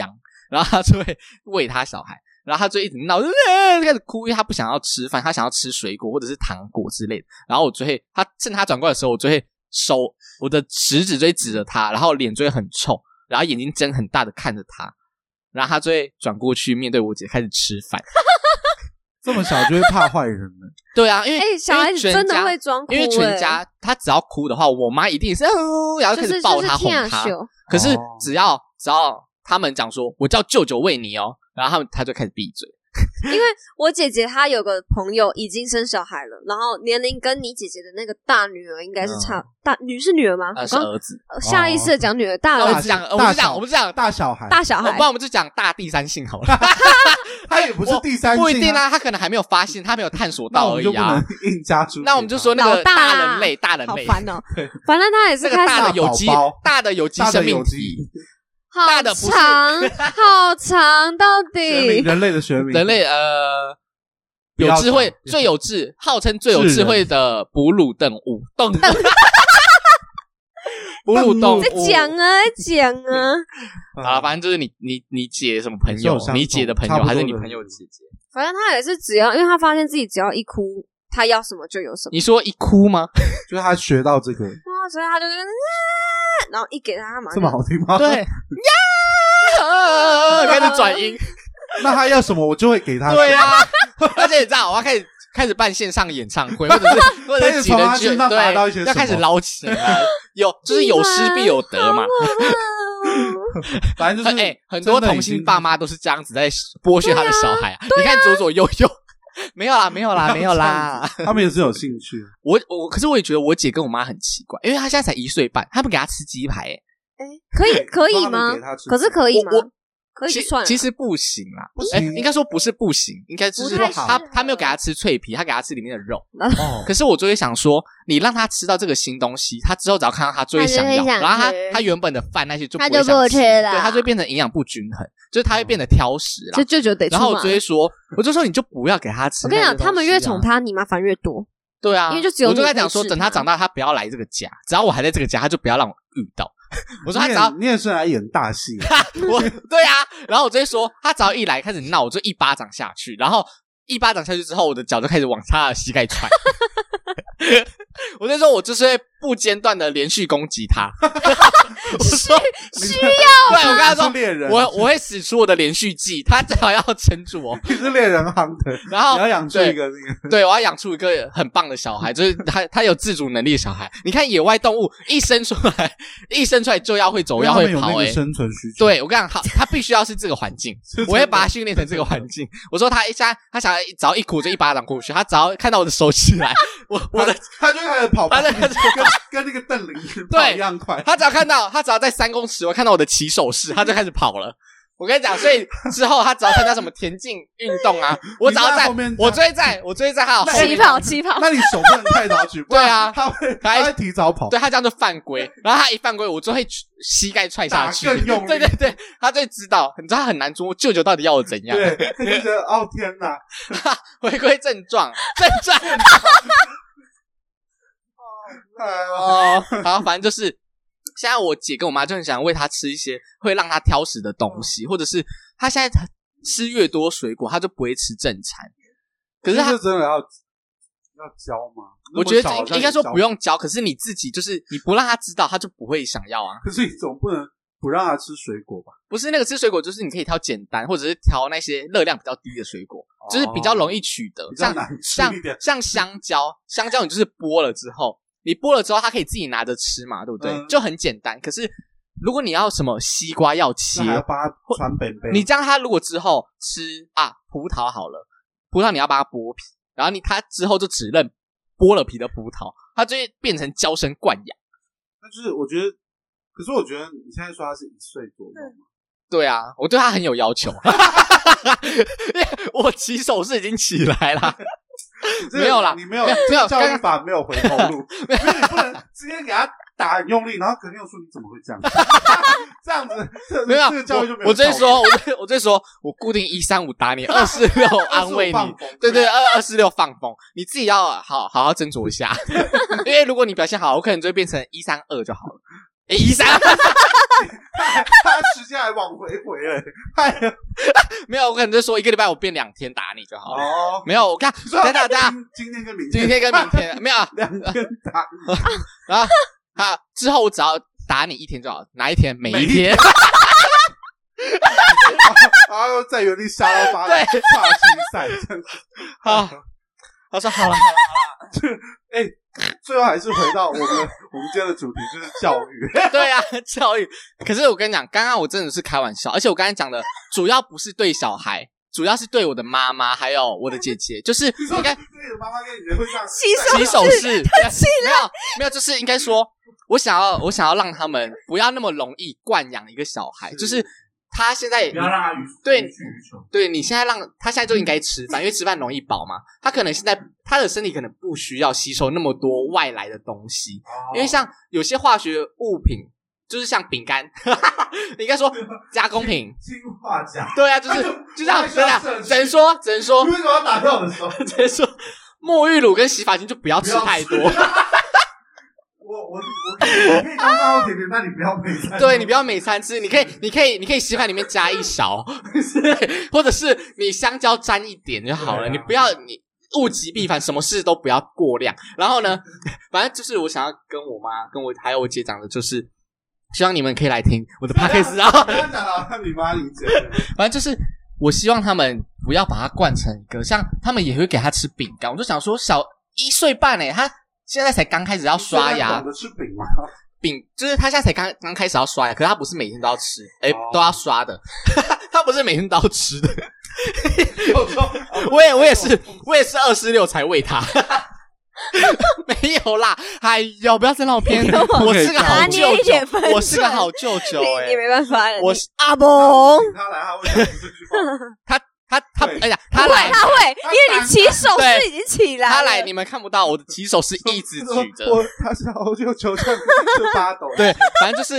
然后他就会喂他小孩，然后他就一直闹，就开始哭，因为他不想要吃饭，他想要吃水果或者是糖果之类的。然后我就会，趁他转过来的时候，我就会我的食指就会指着他，然后脸就会很臭，然后眼睛睁很大的看着他，然后他就会转过去面对我姐开始吃饭。 这么小就会怕坏人了。 对啊，因为小孩子真的会装哭， 因为全家他只要哭的话，我妈一定是然后开始抱他哄他。可是只要他们讲说我叫舅舅喂你哦，然后他就开始闭嘴。 因为我姐姐她有个朋友已经生小孩了，然后年龄跟你姐姐的那个大女儿应该是是女儿吗？ 是儿子。 下意识的讲女儿，大儿子我们讲大小孩，不然我们就讲大第三性好了。 他也不是第三性， 不一定啊，他可能还没有发现，他没有探索到而已啊。 那我们就不能硬加出去。 那我们就说那个大人类， 好烦哦。反正他也是开始大的有机生命体。 好长，到底人类的学名， 人类有智慧，号称最有智慧的哺乳动物，哺乳动物。 在讲啊！ 好，反正就是你姐什么朋友，你姐的朋友还是你朋友的姐姐？ 反正他也是因为他发现自己只要一哭，他要什么就有什么。 你说一哭吗？ 就是他学到这个， 所以他就然后一给他马上这么好听吗？ 对，开始转音。 那他要什么我就会给他。 对啊，而且你知道，我要开始办线上演唱会，或者是几人剧，对，要开始捞钱啊，就是有失必有得嘛。 反正就是很多同性爸妈都是这样子在剥削他的小孩啊。你看左左右右。没有啦， 他们也是有兴趣。 可是我也觉得我姐跟我妈很奇怪，因为她现在才1岁半，他们给她吃鸡排， 可以吗？可是可以吗？可以就算了。 其实不行啦，应该说不是不行，应该就是他没有给她吃脆皮，他给她吃里面的肉。可是我就会想说，你让他吃到这个新东西，他之后只要看到他就会想要，然后他原本的饭那些就不会想吃了，对，他就会变成营养不均衡，就是他会变得挑食啦。 这舅舅得出马。 然后我就说你就不要给他吃。 我跟你讲，他们越宠他，你麻烦越多。 对啊， 因为就只有我就跟他讲说，等他长大，他不要来这个家，只要我还在这个家，他就不要让我遇到。我说他只要你也是来演大戏。 对啊，然后我就会说他只要一来开始闹，我就一巴掌下去，然后一巴掌下去之后，我的脚就开始往他的膝盖踹。我就说我就是会不间断的连续攻击他。我说需要， 对，我跟他说我会使出我的连续技，他最好要撑住我。 你是猎人hunter，然后你要养出一个那个， 对，我要养出一个很棒的小孩，就是他有自主能力的小孩。你看野外动物一生出来就要会走，要会跑， 生存需求。 对，我跟你讲，他必须要是这个环境，我会把他训练成这个环境。我说他想要只要一哭就一巴掌过去，他只要看到我的手起来， 他就开始跑，跟那个邓林跑一样快。 他只要在3公尺，我看到我的起手式，他就开始跑了。我跟你讲，所以之后他只要参加什么田径运动啊，我只要我追在他的后面起跑。 那你手不能太早举， 对啊， 他会提早跑。 对，他这样就犯规，然后他一犯规，我就会膝盖踹下去， 更用力。 对，他就知道，你知道他很难捉舅舅到底要我怎样。 对，他就觉得哦天哪， 回归正传。好，反正就是现在我姐跟我妈就很想喂她吃一些会让她挑食的东西，或者是她现在吃越多水果，她就不会吃正餐。可是她真的要教吗？ 我觉得应该说不用教，可是你自己就是你不让她知道，她就不会想要啊。 可是你总不能不让她吃水果吧？ 不是那个吃水果，就是你可以挑简单，或者是挑那些热量比较低的水果，就是比较容易取得。像香蕉你就是剥了之后。你剥了之后，它可以自己拿着吃嘛，对不对？就很简单。可是如果你要什么西瓜要切， 还要帮它穿本本。 你这样，它如果之后吃葡萄好了，葡萄你要帮它剥皮，然后它之后就只认剥了皮的葡萄，它就会变成娇生惯养。 那就是我觉得，可是我觉得你现在说他是1岁左右吗？ 对啊，我对他很有要求。我起手是已经起来了。没有啦， 你没有教育法没有回头路，因为你不能直接给他打很用力，然后肯定又说你怎么会这样子？这样子没有， 这个教育就没有。 我最说，我固定135打你，246安慰你，对，246放风，你自己要好好斟酌一下。因为如果你表现好，我可能就会变成132就好了。 13， 他时间还往回了， 没有，我可能就说1个礼拜我变2天打你就好了。 哦， 没有，我看等等， 今天跟明天没有啊 ，2天打你， 然后之后我只要打你1天就好，哪一天？每一天。 然后在原地杀到8人，跨期赛这样子。 好，他说好了， 最后还是回到我们今天的主题，就是教育。 对啊，教育。可是我跟你讲，刚刚我真的是开玩笑，而且我刚才讲的主要不是对小孩，主要是对我的妈妈还有我的姐姐，就是应该对你的妈妈跟你会这样洗手式，没有，就是应该说，我想要让他们不要那么容易惯养一个小孩，就是他现在不要让他对你现在让他现在就应该吃饭，因为吃饭容易饱嘛。他可能现在他的身体可能不需要吸收那么多外来的东西，因为像有些化学物品，就是像饼干，应该说加工品， 氰化钾。 对啊，就这样，只能说， 为什么要打掉我的手？ 只能说沐浴乳跟洗发精就不要吃太多。 我可以当饭后甜点，但你不要每餐。 对，你不要每餐吃，你可以稀饭里面加1勺，或者是你香蕉沾一点就好了。你不要你物极必反，什么事都不要过量。然后呢，反正就是我想要跟我妈、跟我还有我姐讲的，就是希望你们可以来听我的 podcast 啊。 不要讲了，你妈你姐。 反正就是我希望他们不要把它惯成一个，像他们也会给他吃饼干。我就想说，小1岁半他现在才刚开始要刷牙， 懂得吃饼吗？ 饼就是他现在才刚开始要刷牙，可是他不是每天都要吃，都要刷的。他不是每天都要吃的。我也是26才喂他。没有啦，哎呦，不要再让我偏了。我是个好舅舅，我是个好舅舅你没办法， 我是阿崩。 他来，他会讲这句话。 哎呀，他来， 他会，因为你起手是已经起来了。 他来，你们看不到我的起手是一直举着。 他是好舅舅，就发抖。 对，反正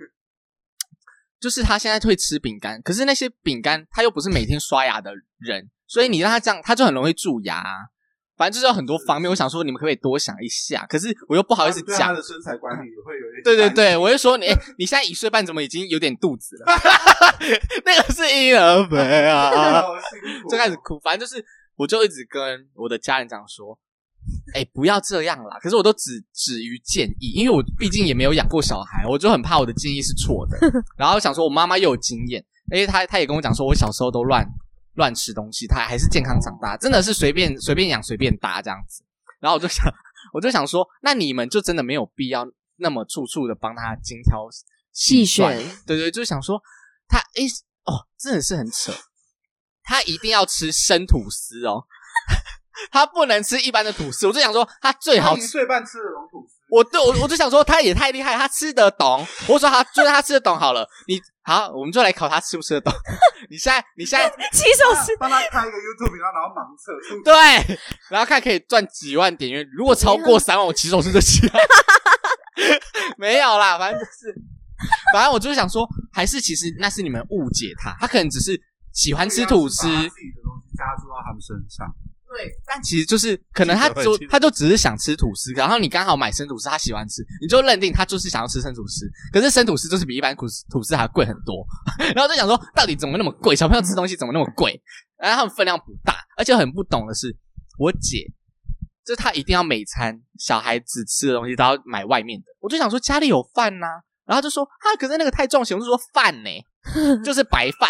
就是他现在会吃饼干，可是那些饼干他又不是每天刷牙的人，所以你让他这样，他就很容易蛀牙。反正就是有很多方面，我想说你们可不可以多想一下？可是我又不好意思讲。 他的身材管理也会有一点。 对，我就说你现在1岁半，怎么已经有点肚子了？那个是婴儿肥啊，就开始哭。反正就是，我就一直跟我的家人讲说，不要这样啦。可是我都止于建议，因为我毕竟也没有养过小孩，我就很怕我的建议是错的。然后想说我妈妈又有经验，她也跟我讲说，我小时候都乱吃东西，他还是健康长大，真的是随便养随便搭这样子。然后我就想说，那你们就真的没有必要那么处处的帮他精挑细选。对，就想说他真的是很扯，他一定要吃生吐司哦。他不能吃一般的吐司，我就想说他最好 1岁半吃的龙吐司， 我就想说他也太厉害，他吃得懂。我说就算他吃得懂好了，好，我们就来考他吃不吃得懂。你现在起手式， 帮他开一个 YouTube 频道，然后盲测， 对，然后看可以赚几万点阅，如果超过3万，我起手式就起来。没有啦，反正我就是想说，还是其实那是你们误解他可能只是喜欢吃吐司， 把自己的东西加注到他们身上。 对，但其实就是可能他就只是想吃吐司，然后你刚好买生吐司，他喜欢吃，你就认定他就是想要吃生吐司。可是生吐司就是比一般吐司还贵很多，然后就想说到底怎么那么贵？小朋友吃东西怎么那么贵？然后他们分量不大，而且很不懂的是，我姐就是她一定要每餐小孩子吃的东西都要买外面的。我就想说家里有饭啊，然后就说可是那个太重咸，我就说饭呢，就是白饭。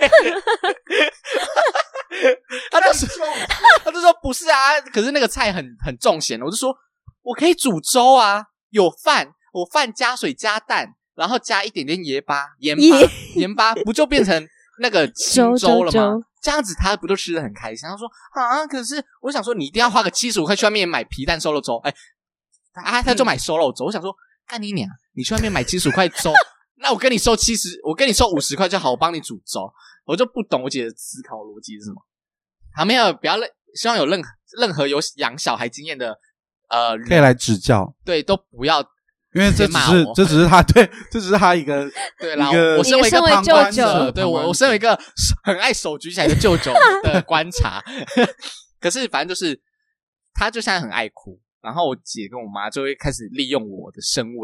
他就说不是啊，可是那个菜很重咸。我就说我可以煮粥啊，有饭，我饭加水加蛋，然后加一点点盐巴，不就变成那个清粥了吗？这样子他不就吃得很开心？他说可是我想说你一定要花个75块去外面买皮蛋瘦肉粥，他就买瘦肉粥。我想说干你娘，你去外面买75块粥，那我跟你收50块就好，我帮你煮粥。我就不懂我姐的思考逻辑是什么。没有，不要希望有任何有养小孩经验的可以来指教。 对，都不要， 因为这只是他对，这只是他一个对啦。我身为一个旁观者，对我身为一个很爱手举起来的舅舅的观察。可是反正就是他就现在很爱哭，然后我姐跟我妈就会开始利用我的声威，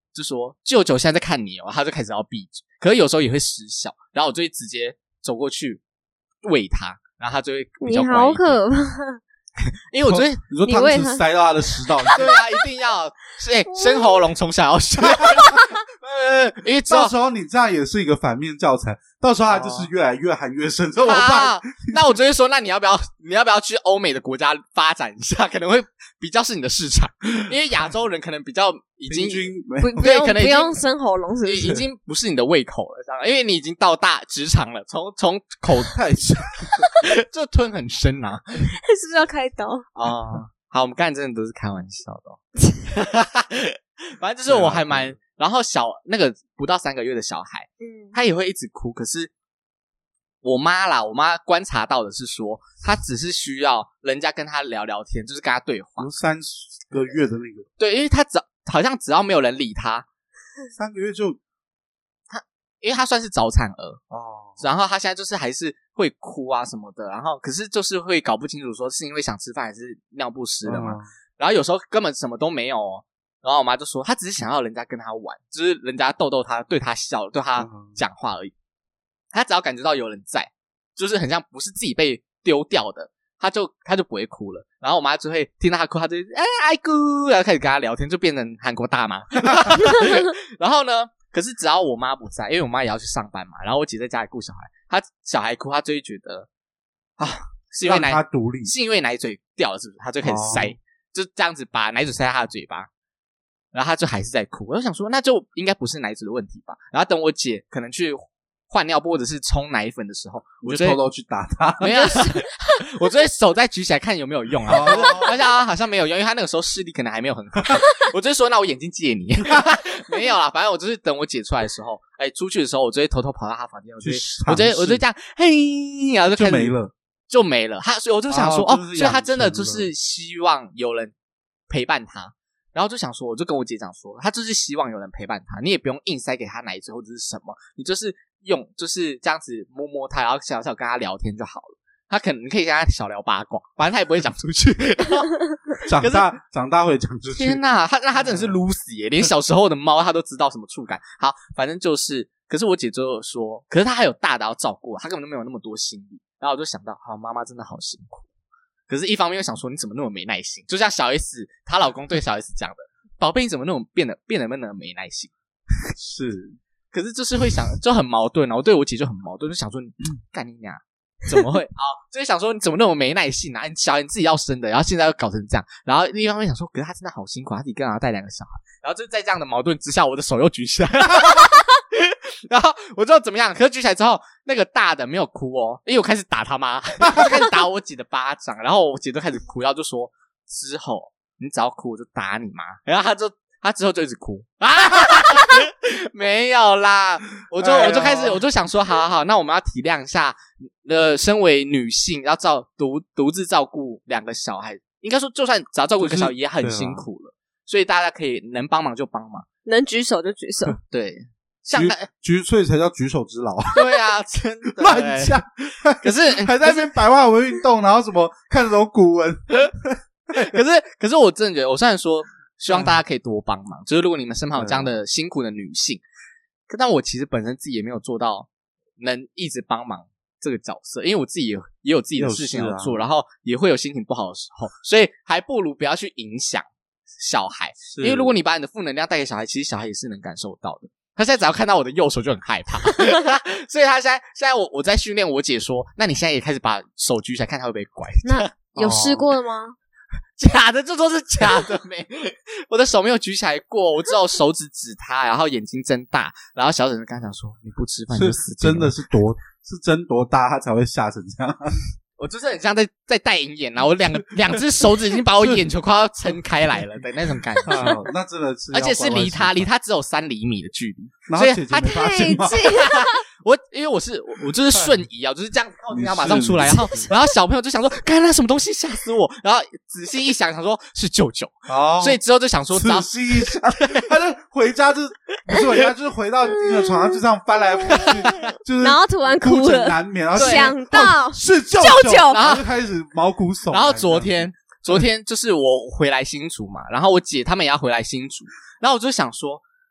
就说舅舅现在在看你哦，他就开始要闭嘴，可是有时候也会失笑，然后我就会直接走过去喂他，然后他就会比较乖一点。 你好可怕。 因为我觉得你说汤匙塞到他的食道里面， 对啊，一定要生喉咙从小要学，因为到时候你这样也是一个反面教材，到时候他就是越来越含越深，怎么办？ 那我就会说，那你要不要去欧美的国家发展一下，可能会比较是你的市场，因为亚洲人可能比较已经对，可能不用生喉咙，是不是已经不是你的胃口了，这样，因为你已经到大职场了，从口太深，这吞很深啊， 是不是要开刀啊？好，我们刚才真的都是开玩笑的哦。反正就是我还蛮，然后那个不到3个月的小孩，他也会一直哭。可是我妈观察到的是说，他只是需要人家跟他聊聊天，就是跟他对话。 30个月的那个， 对，因为他好像只要没有人理他 ，3个月就因为他算是早产儿哦，然后他现在就是还是会哭啊什么的，然后可是就是会搞不清楚说是因为想吃饭还是尿不湿了嘛，然后有时候根本什么都没有哦，然后我妈就说他只是想要人家跟他玩，就是人家逗逗他，对他笑，对他讲话而已，他只要感觉到有人在，就是很像不是自己被丢掉的，他就不会哭了，然后我妈就会听到他哭，他就爱哭，然后开始跟他聊天，就变成韩国大妈然后呢可是只要我妈不在，因为我妈也要去上班嘛，然后我姐在家里顾小孩，她小孩哭，她就会觉得是因为让她独立， 是因为奶嘴掉了，是不是？她就开始塞，就这样子把奶嘴塞在她的嘴巴，然后她就还是在哭。我就想说，那就应该不是奶嘴的问题吧？然后等我姐可能去换尿布或者是冲奶粉的时候， 我就偷偷去打她。 没有，我就会手再举起来看有没有用啊。而且好像没有用，因为他那个时候视力可能还没有很好。我就说那我眼镜借你。没有啦，反正我就是等我姐出来的时候，出去的时候我就会偷偷跑到她房间，我就这样嘿，然后就没了。所以我就想说所以他真的就是希望有人陪伴他。然后就想说，我就跟我姐讲说，他就是希望有人陪伴他，你也不用硬塞给他奶嘴或者是什么，你就是就是这样子摸摸他，然后小小跟他聊天就好了。你可以跟他小聊八卦，反正他也不会讲出去。 长大会讲出去。 天哪，他真的是 Lucy 耶，连小时候的猫他都知道什么触感。好，反正就是，可是我姐就说，可是他还有大的要照顾，他根本就没有那么多心力。然后我就想到，妈妈真的好辛苦。可是一方面又想说，你怎么那么没耐心？就像小 S 她老公对小 S 讲的，宝贝你怎么那种变得那么没耐心？ 是， 可是就是会想，就很矛盾啊。我对我姐就很矛盾，就想说，干你娘！怎么会就是想说你怎么那么没耐性啊？你小孩你自己要生的，然后现在又搞成这样。然后另一方面想说，可是他真的好辛苦，他自己跟他带2个小孩。然后就在这样的矛盾之下，我的手又举起来。然后我就怎么样？可是举起来之后，那个大的没有哭哦，因为我开始打他妈，他就开始打我姐的巴掌，然后我姐就开始哭，然后就说之后你只要哭我就打你妈。然后他之后就一直哭没有啦，我就开始我就想说，好，那我们要体谅一下，身为女性要独自照顾2个小孩，应该说就算只要照顾1个小孩也很辛苦了，所以大家可以能帮忙就帮忙， 能举手就举手， 对。 所以才叫举手之劳。 对啊，真的乱讲。 可是还在那边白话文运动，然后什么看这种古文。 可是我真的觉得，我虽然说希望大家可以多帮忙，就是如果你们身旁有这样的辛苦的女性，但我其实本身自己也没有做到能一直帮忙这个角色，因为我自己也有自己的事情要做，然后也会有心情不好的时候，所以还不如不要去影响小孩，因为如果你把你的负能量带给小孩，其实小孩也是能感受到的。他现在只要看到我的右手就很害怕所以他现在我在训练我姐说，那你现在也开始把手举起来看他会不会乖。 那有试过了吗？ 假的，这都是假的没我的手没有举起来过，我只有手指指他，然后眼睛睁大，然后小婶子跟他讲说，你不吃饭就死定了。 真的是真多大他才会吓成这样。 我就是很像在戴银眼，然后我两只手指已经把我眼球快要撑开来了的那种感觉。 那真的是， 而且是离他只有3厘米的距离， 然后姐姐没发现吗？ 因为我就是瞬移啊，就是这样靠近他马上出来，然后小朋友就想说，刚才那什么东西吓死我，然后仔细一想说是舅舅，所以之后就想说仔细一想，他就回家不是回家，就是回到婴儿床上就这样翻来翻去，就是然后突然哭了， 难免，然后想到是舅舅，然后就开始毛骨悚然。 然后昨天就是我回来新竹嘛，然后我姐他们也要回来新竹，然后我就想说，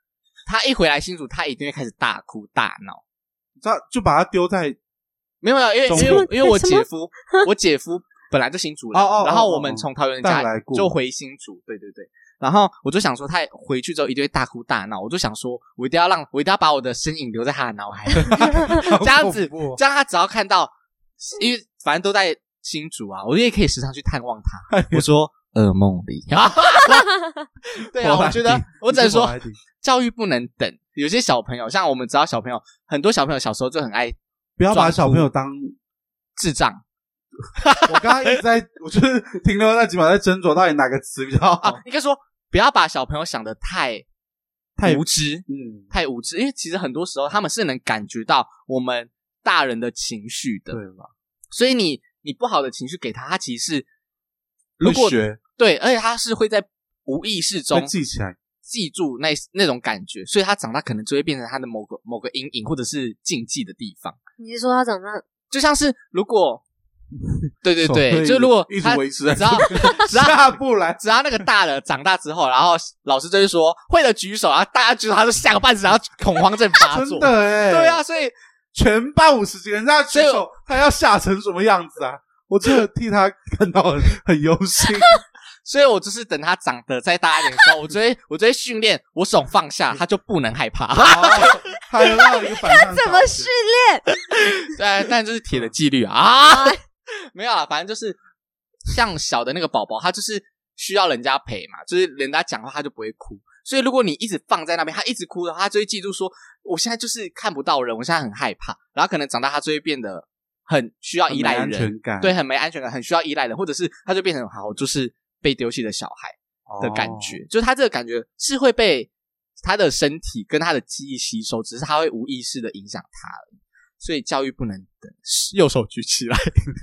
他一回来新竹，他一定会开始大哭大闹， 就把他丢在没有，因为我姐夫本来就新竹人，然后我们从桃园家就回新竹，对，然后我就想说，他回去之后一定会大哭大闹，我就想说，我一定要把我的身影留在他的脑海里，这样子，这样他只要看到，因为反正都在新竹啊，我也可以时常去探望他。我说噩梦里，对啊，我觉得我只能说，教育不能等。有些小朋友，像我们知道小朋友，很多小朋友小时候就很爱， 不要把小朋友当智障。 我刚刚一直在，我就是停留在几秒在斟酌到底哪个词比较好啊？应该说不要把小朋友想得太无知，太无知，因为其实很多时候他们是能感觉到我们大人的情绪的， 对吧？ 所以你不好的情绪给他其实是如果对，而且他是会在无意识中记起来， 记住那种感觉，所以他长大可能就会变成他的某个阴影或者是禁忌的地方。 你是说他长大就像是如果对，就如果一直维持在只要下不来， 只要那个大了长大之后，然后老师就会说会的举手，然后大家举手，他就吓个半死，然后恐慌症发作。 真的耶， 对啊，所以全班50几个人让他举手，他要吓成什么样子啊？我真的替他感到很忧心。 所以我就是等他长得再大一点的时候，我就会训练，我手放下，他就不能害怕。 还有那一个反向， 他怎么训练？ 对，但这是铁的纪律啊。没有啦，反正就是像小的那个宝宝，他就是需要人家陪嘛，就是人家讲话他就不会哭。所以如果你一直放在那边，他一直哭的话，他就会记住说，我现在就是看不到人，我现在很害怕。然后可能长大他就会变得很需要依赖人， 很没安全感， 对，很没安全感，很需要依赖人，或者是他就变成好就是被丢弃的小孩的感觉，就是他这个感觉是会被他的身体跟他的记忆吸收，只是他会无意识的影响他而已。所以教育不能等，右手举起来。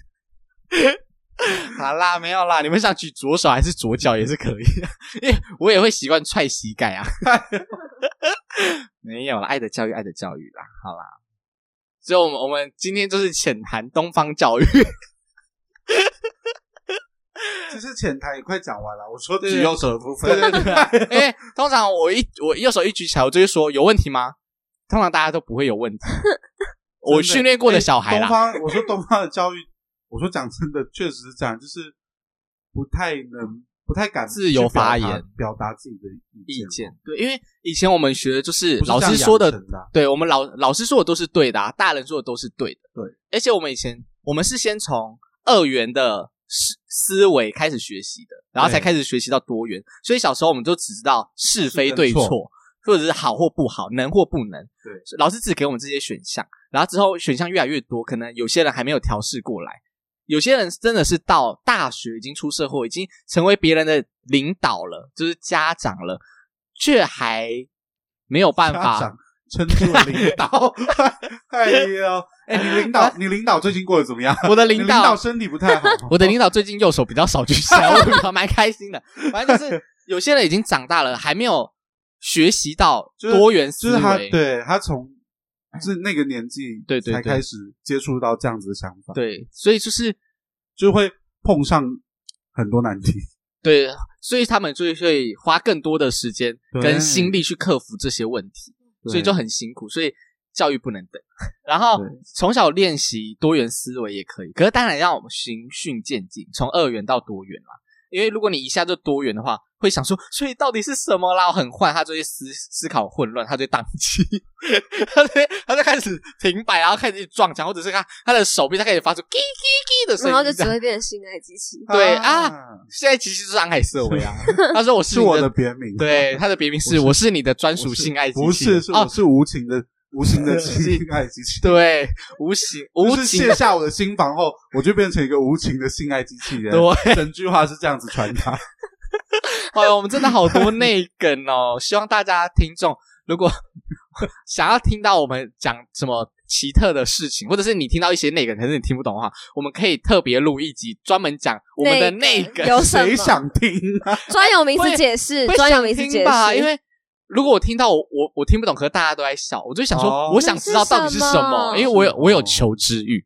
好啦，没有啦，你们想举左手还是左脚也是可以的，因为我也会习惯踹膝盖啊。没有啦，爱的教育啦，好啦。所以我们今天就是浅谈东方教育。 其实浅谈也快讲完了，我说举右手的部分， 对，因为通常我右手一举起来，我就会说有问题吗？通常大家都不会有问题。我训练过的小孩啦， 我说东方的教育，我说讲真的，确实是这样，就是不太敢自由发言， 表达自己的意见。 对，因为以前我们学的就是老师说的，对，我们老师说的都是对的啊，大人说的都是对的。 对， 而且我们是先从2元的思维开始学习的，然后才开始学习到多元。所以小时候我们就只知道是非对错，或者是好或不好，能或不能。对，老师只给我们这些选项，然后之后选项越来越多，可能有些人还没有调试过来，有些人真的是到大学已经出社会，已经成为别人的领导了，就是家长了，却还没有办法。 家长称之为领导。哎呦，你领导最近过得怎么样？ 我的领导身体不太好。 我的领导最近右手比较少举起来，我蛮开心的。反正就是有些人已经长大了，还没有学习到多元思维， 就是他从是那个年纪对才开始接触到这样子的想法， 对，所以就会碰上很多难题， 对，所以他们就会花更多的时间跟心力去克服这些问题，所以就很辛苦，所以教育不能等。然后从小练习多元思维也可以，可是当然要循序渐进，从2元到多元啦。因为如果你一下就多元的话，会想说所以到底是什么啦，很换，他就会思考混乱，他就会宕机。他就开始停摆，然后开始撞墙，或者是他的手臂他开始发出叽叽叽的声音， 然后就只会变成性爱机器。 对啊，现在其实就是安海瑟薇啊。他说是我的别名， 对，他的别名是我是你的专属性爱机器， 不是，我是无情的性爱机器。 对，无情就是卸下我的心防后，我就变成一个无情的性爱机器人。对，整句话是这样子传达。 哎呦，我们真的好多内梗哦！希望大家听众如果想要听到我们讲什么奇特的事情，或者是你听到一些内梗可是你听不懂的话，我们可以特别录一集专门讲我们的内梗。 有什么？ 谁想听啊？ 专有名词解释，专有名词解释。 因为如果我听到我听不懂，可是大家都在笑，我就想说，我想知道到底是什么，因为我有求知欲。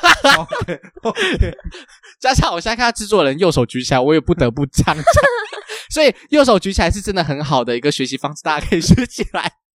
OK， 加上我现在看到制作人右手举起来，我也不得不这样讲。所以右手举起来是真的很好的一个学习方式，大家可以学起来。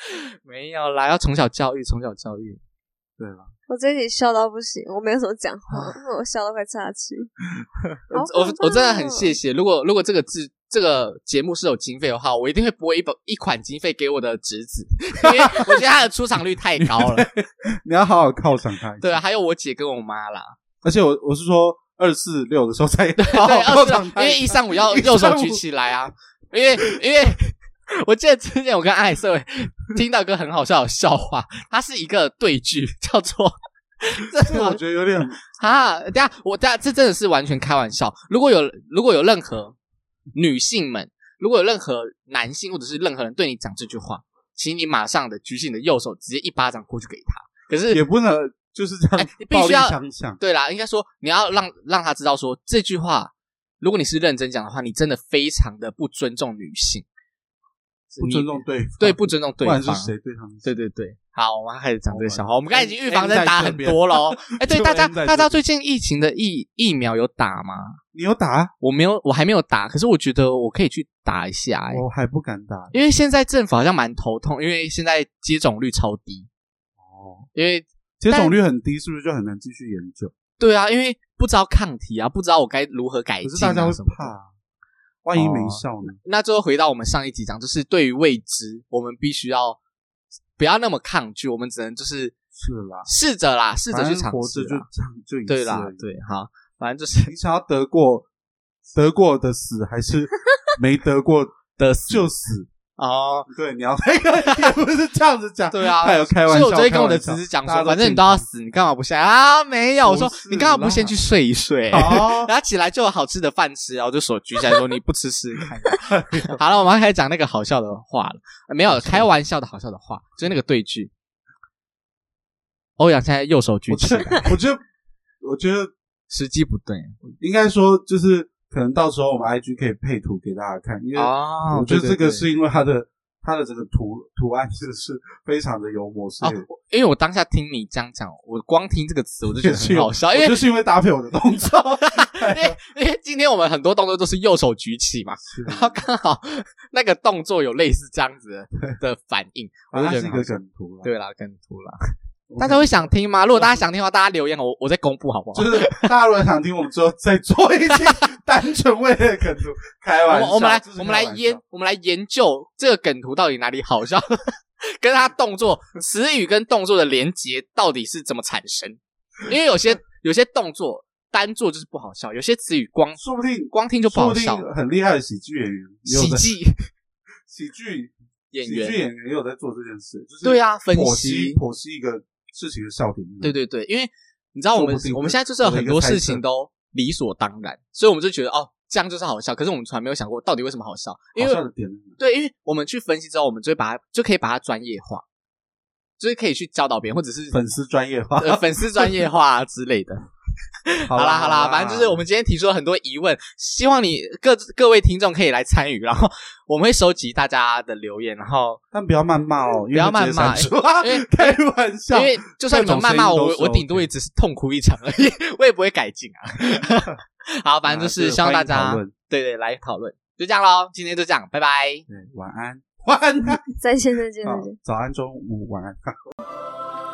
没有啦，要从小教育，从小教育。 对了， 我这一集笑到不行，我没有什么讲话，我笑到快岔气。 我真的很谢谢，如果这个节目是有经费的话，我一定会拨一款经费给我的侄子，因为我觉得他的出场率太高了。 你要好好犒赏他。 对啊，还有我姐跟我妈啦。 而且我是说246的时候才好好犒赏他， 因为135要右手举起来啊。因为我记得之前我跟阿海社会听到一个很好笑的笑话，它是一个对句，叫做这我觉得有点等下这真的是完全开玩笑。如果有任何女性们，如果有任何男性或者是任何人对你讲这句话，请你马上的举起你的右手，直接一巴掌过去给他。可是也不能就是这样暴力相向。 对啦，应该说你要让他知道说这句话，如果你是认真讲的话，你真的非常的不尊重女性。 不尊重对方， 对，不尊重对方， 不管是谁对方， 对。好，我们开始讲这个笑话。我们刚才已经预防针打很多了。对，大家最近疫情的疫苗有打吗？ 你有打？ 我没有，我还没有打。可是我觉得我可以去打一下。 我还不敢打， 因为现在政府好像蛮头痛，因为现在接种率超低。因为接种率很低，是不是就很难继续研究？ 对啊，因为不知道抗体啊，不知道我该如何改进。 可是大家会怕。万一没效呢？ 那最后回到我们上一集讲，就是对于未知，我们必须要不要那么抗拒，我们只能就是试着去尝试， 就对啦，对，好，反正就是你想要得过的死，还是没得过的就死？哦，对，你要那个也不是这样子讲， 对啊， 他有开玩笑， 所以我就会跟我的侄子讲说，反正你都要死，你干嘛不下来啊？没有，我说你干嘛不先去睡一睡，然后起来就有好吃的饭吃，然后就手举起来说你不吃试看。好了，我们要开始讲那个好笑的话了，没有开玩笑的好笑的话，就是那个对句。欧阳现在右手举起来， 我觉得时机不对， 应该说就是。可能到时候我们 IG 可以配图给大家看，因为我觉得这个是因为它的这个图案是非常的幽默，所以因为我当下听你这样讲，我光听这个词我就觉得很好笑，因为就是因为搭配我的动作， 因为今天我们很多动作都是右手举起嘛，然后刚好那个动作有类似这样子的反应，我就觉得它是一个梗图啦， 对啦，梗图啦。大家会想听吗？如果大家想听的话，大家留言我再公布好不好？ 就是大家如果想听，我们之后再做一期单纯为了梗图开玩笑。 我们来研究这个梗图到底哪里好笑，跟它动作词语跟动作的连结到底是怎么产生？因为有些动作单做就是不好笑，有些词语说不定光听就不好笑。 说不定很厉害的喜剧演员，喜剧演员也有在做这件事，就是对啊，分析一个事情的笑点。 对，因为你知道我们现在就是有很多事情都理所当然，所以我们就觉得这样就是好笑，可是我们从来没有想过到底为什么好笑。因为好笑的点对，因为我们去分析之后，我们就可以把它专业化，就是可以去教导别人，或者是粉丝专业化， 粉丝专业化之类的。好啦，反正就是我们今天提出了很多疑问，希望你各位听众可以来参与，然后我们会收集大家的留言，然后但不要谩骂哦， 不要谩骂， 因为开玩笑， 因为就算你们谩骂我顶多也只是痛哭一场而已，我也不会改进啊。好，反正就是希望大家对来讨论，就这样咯，今天就这样，拜拜， 晚安， 再见， 早安，中午，晚安。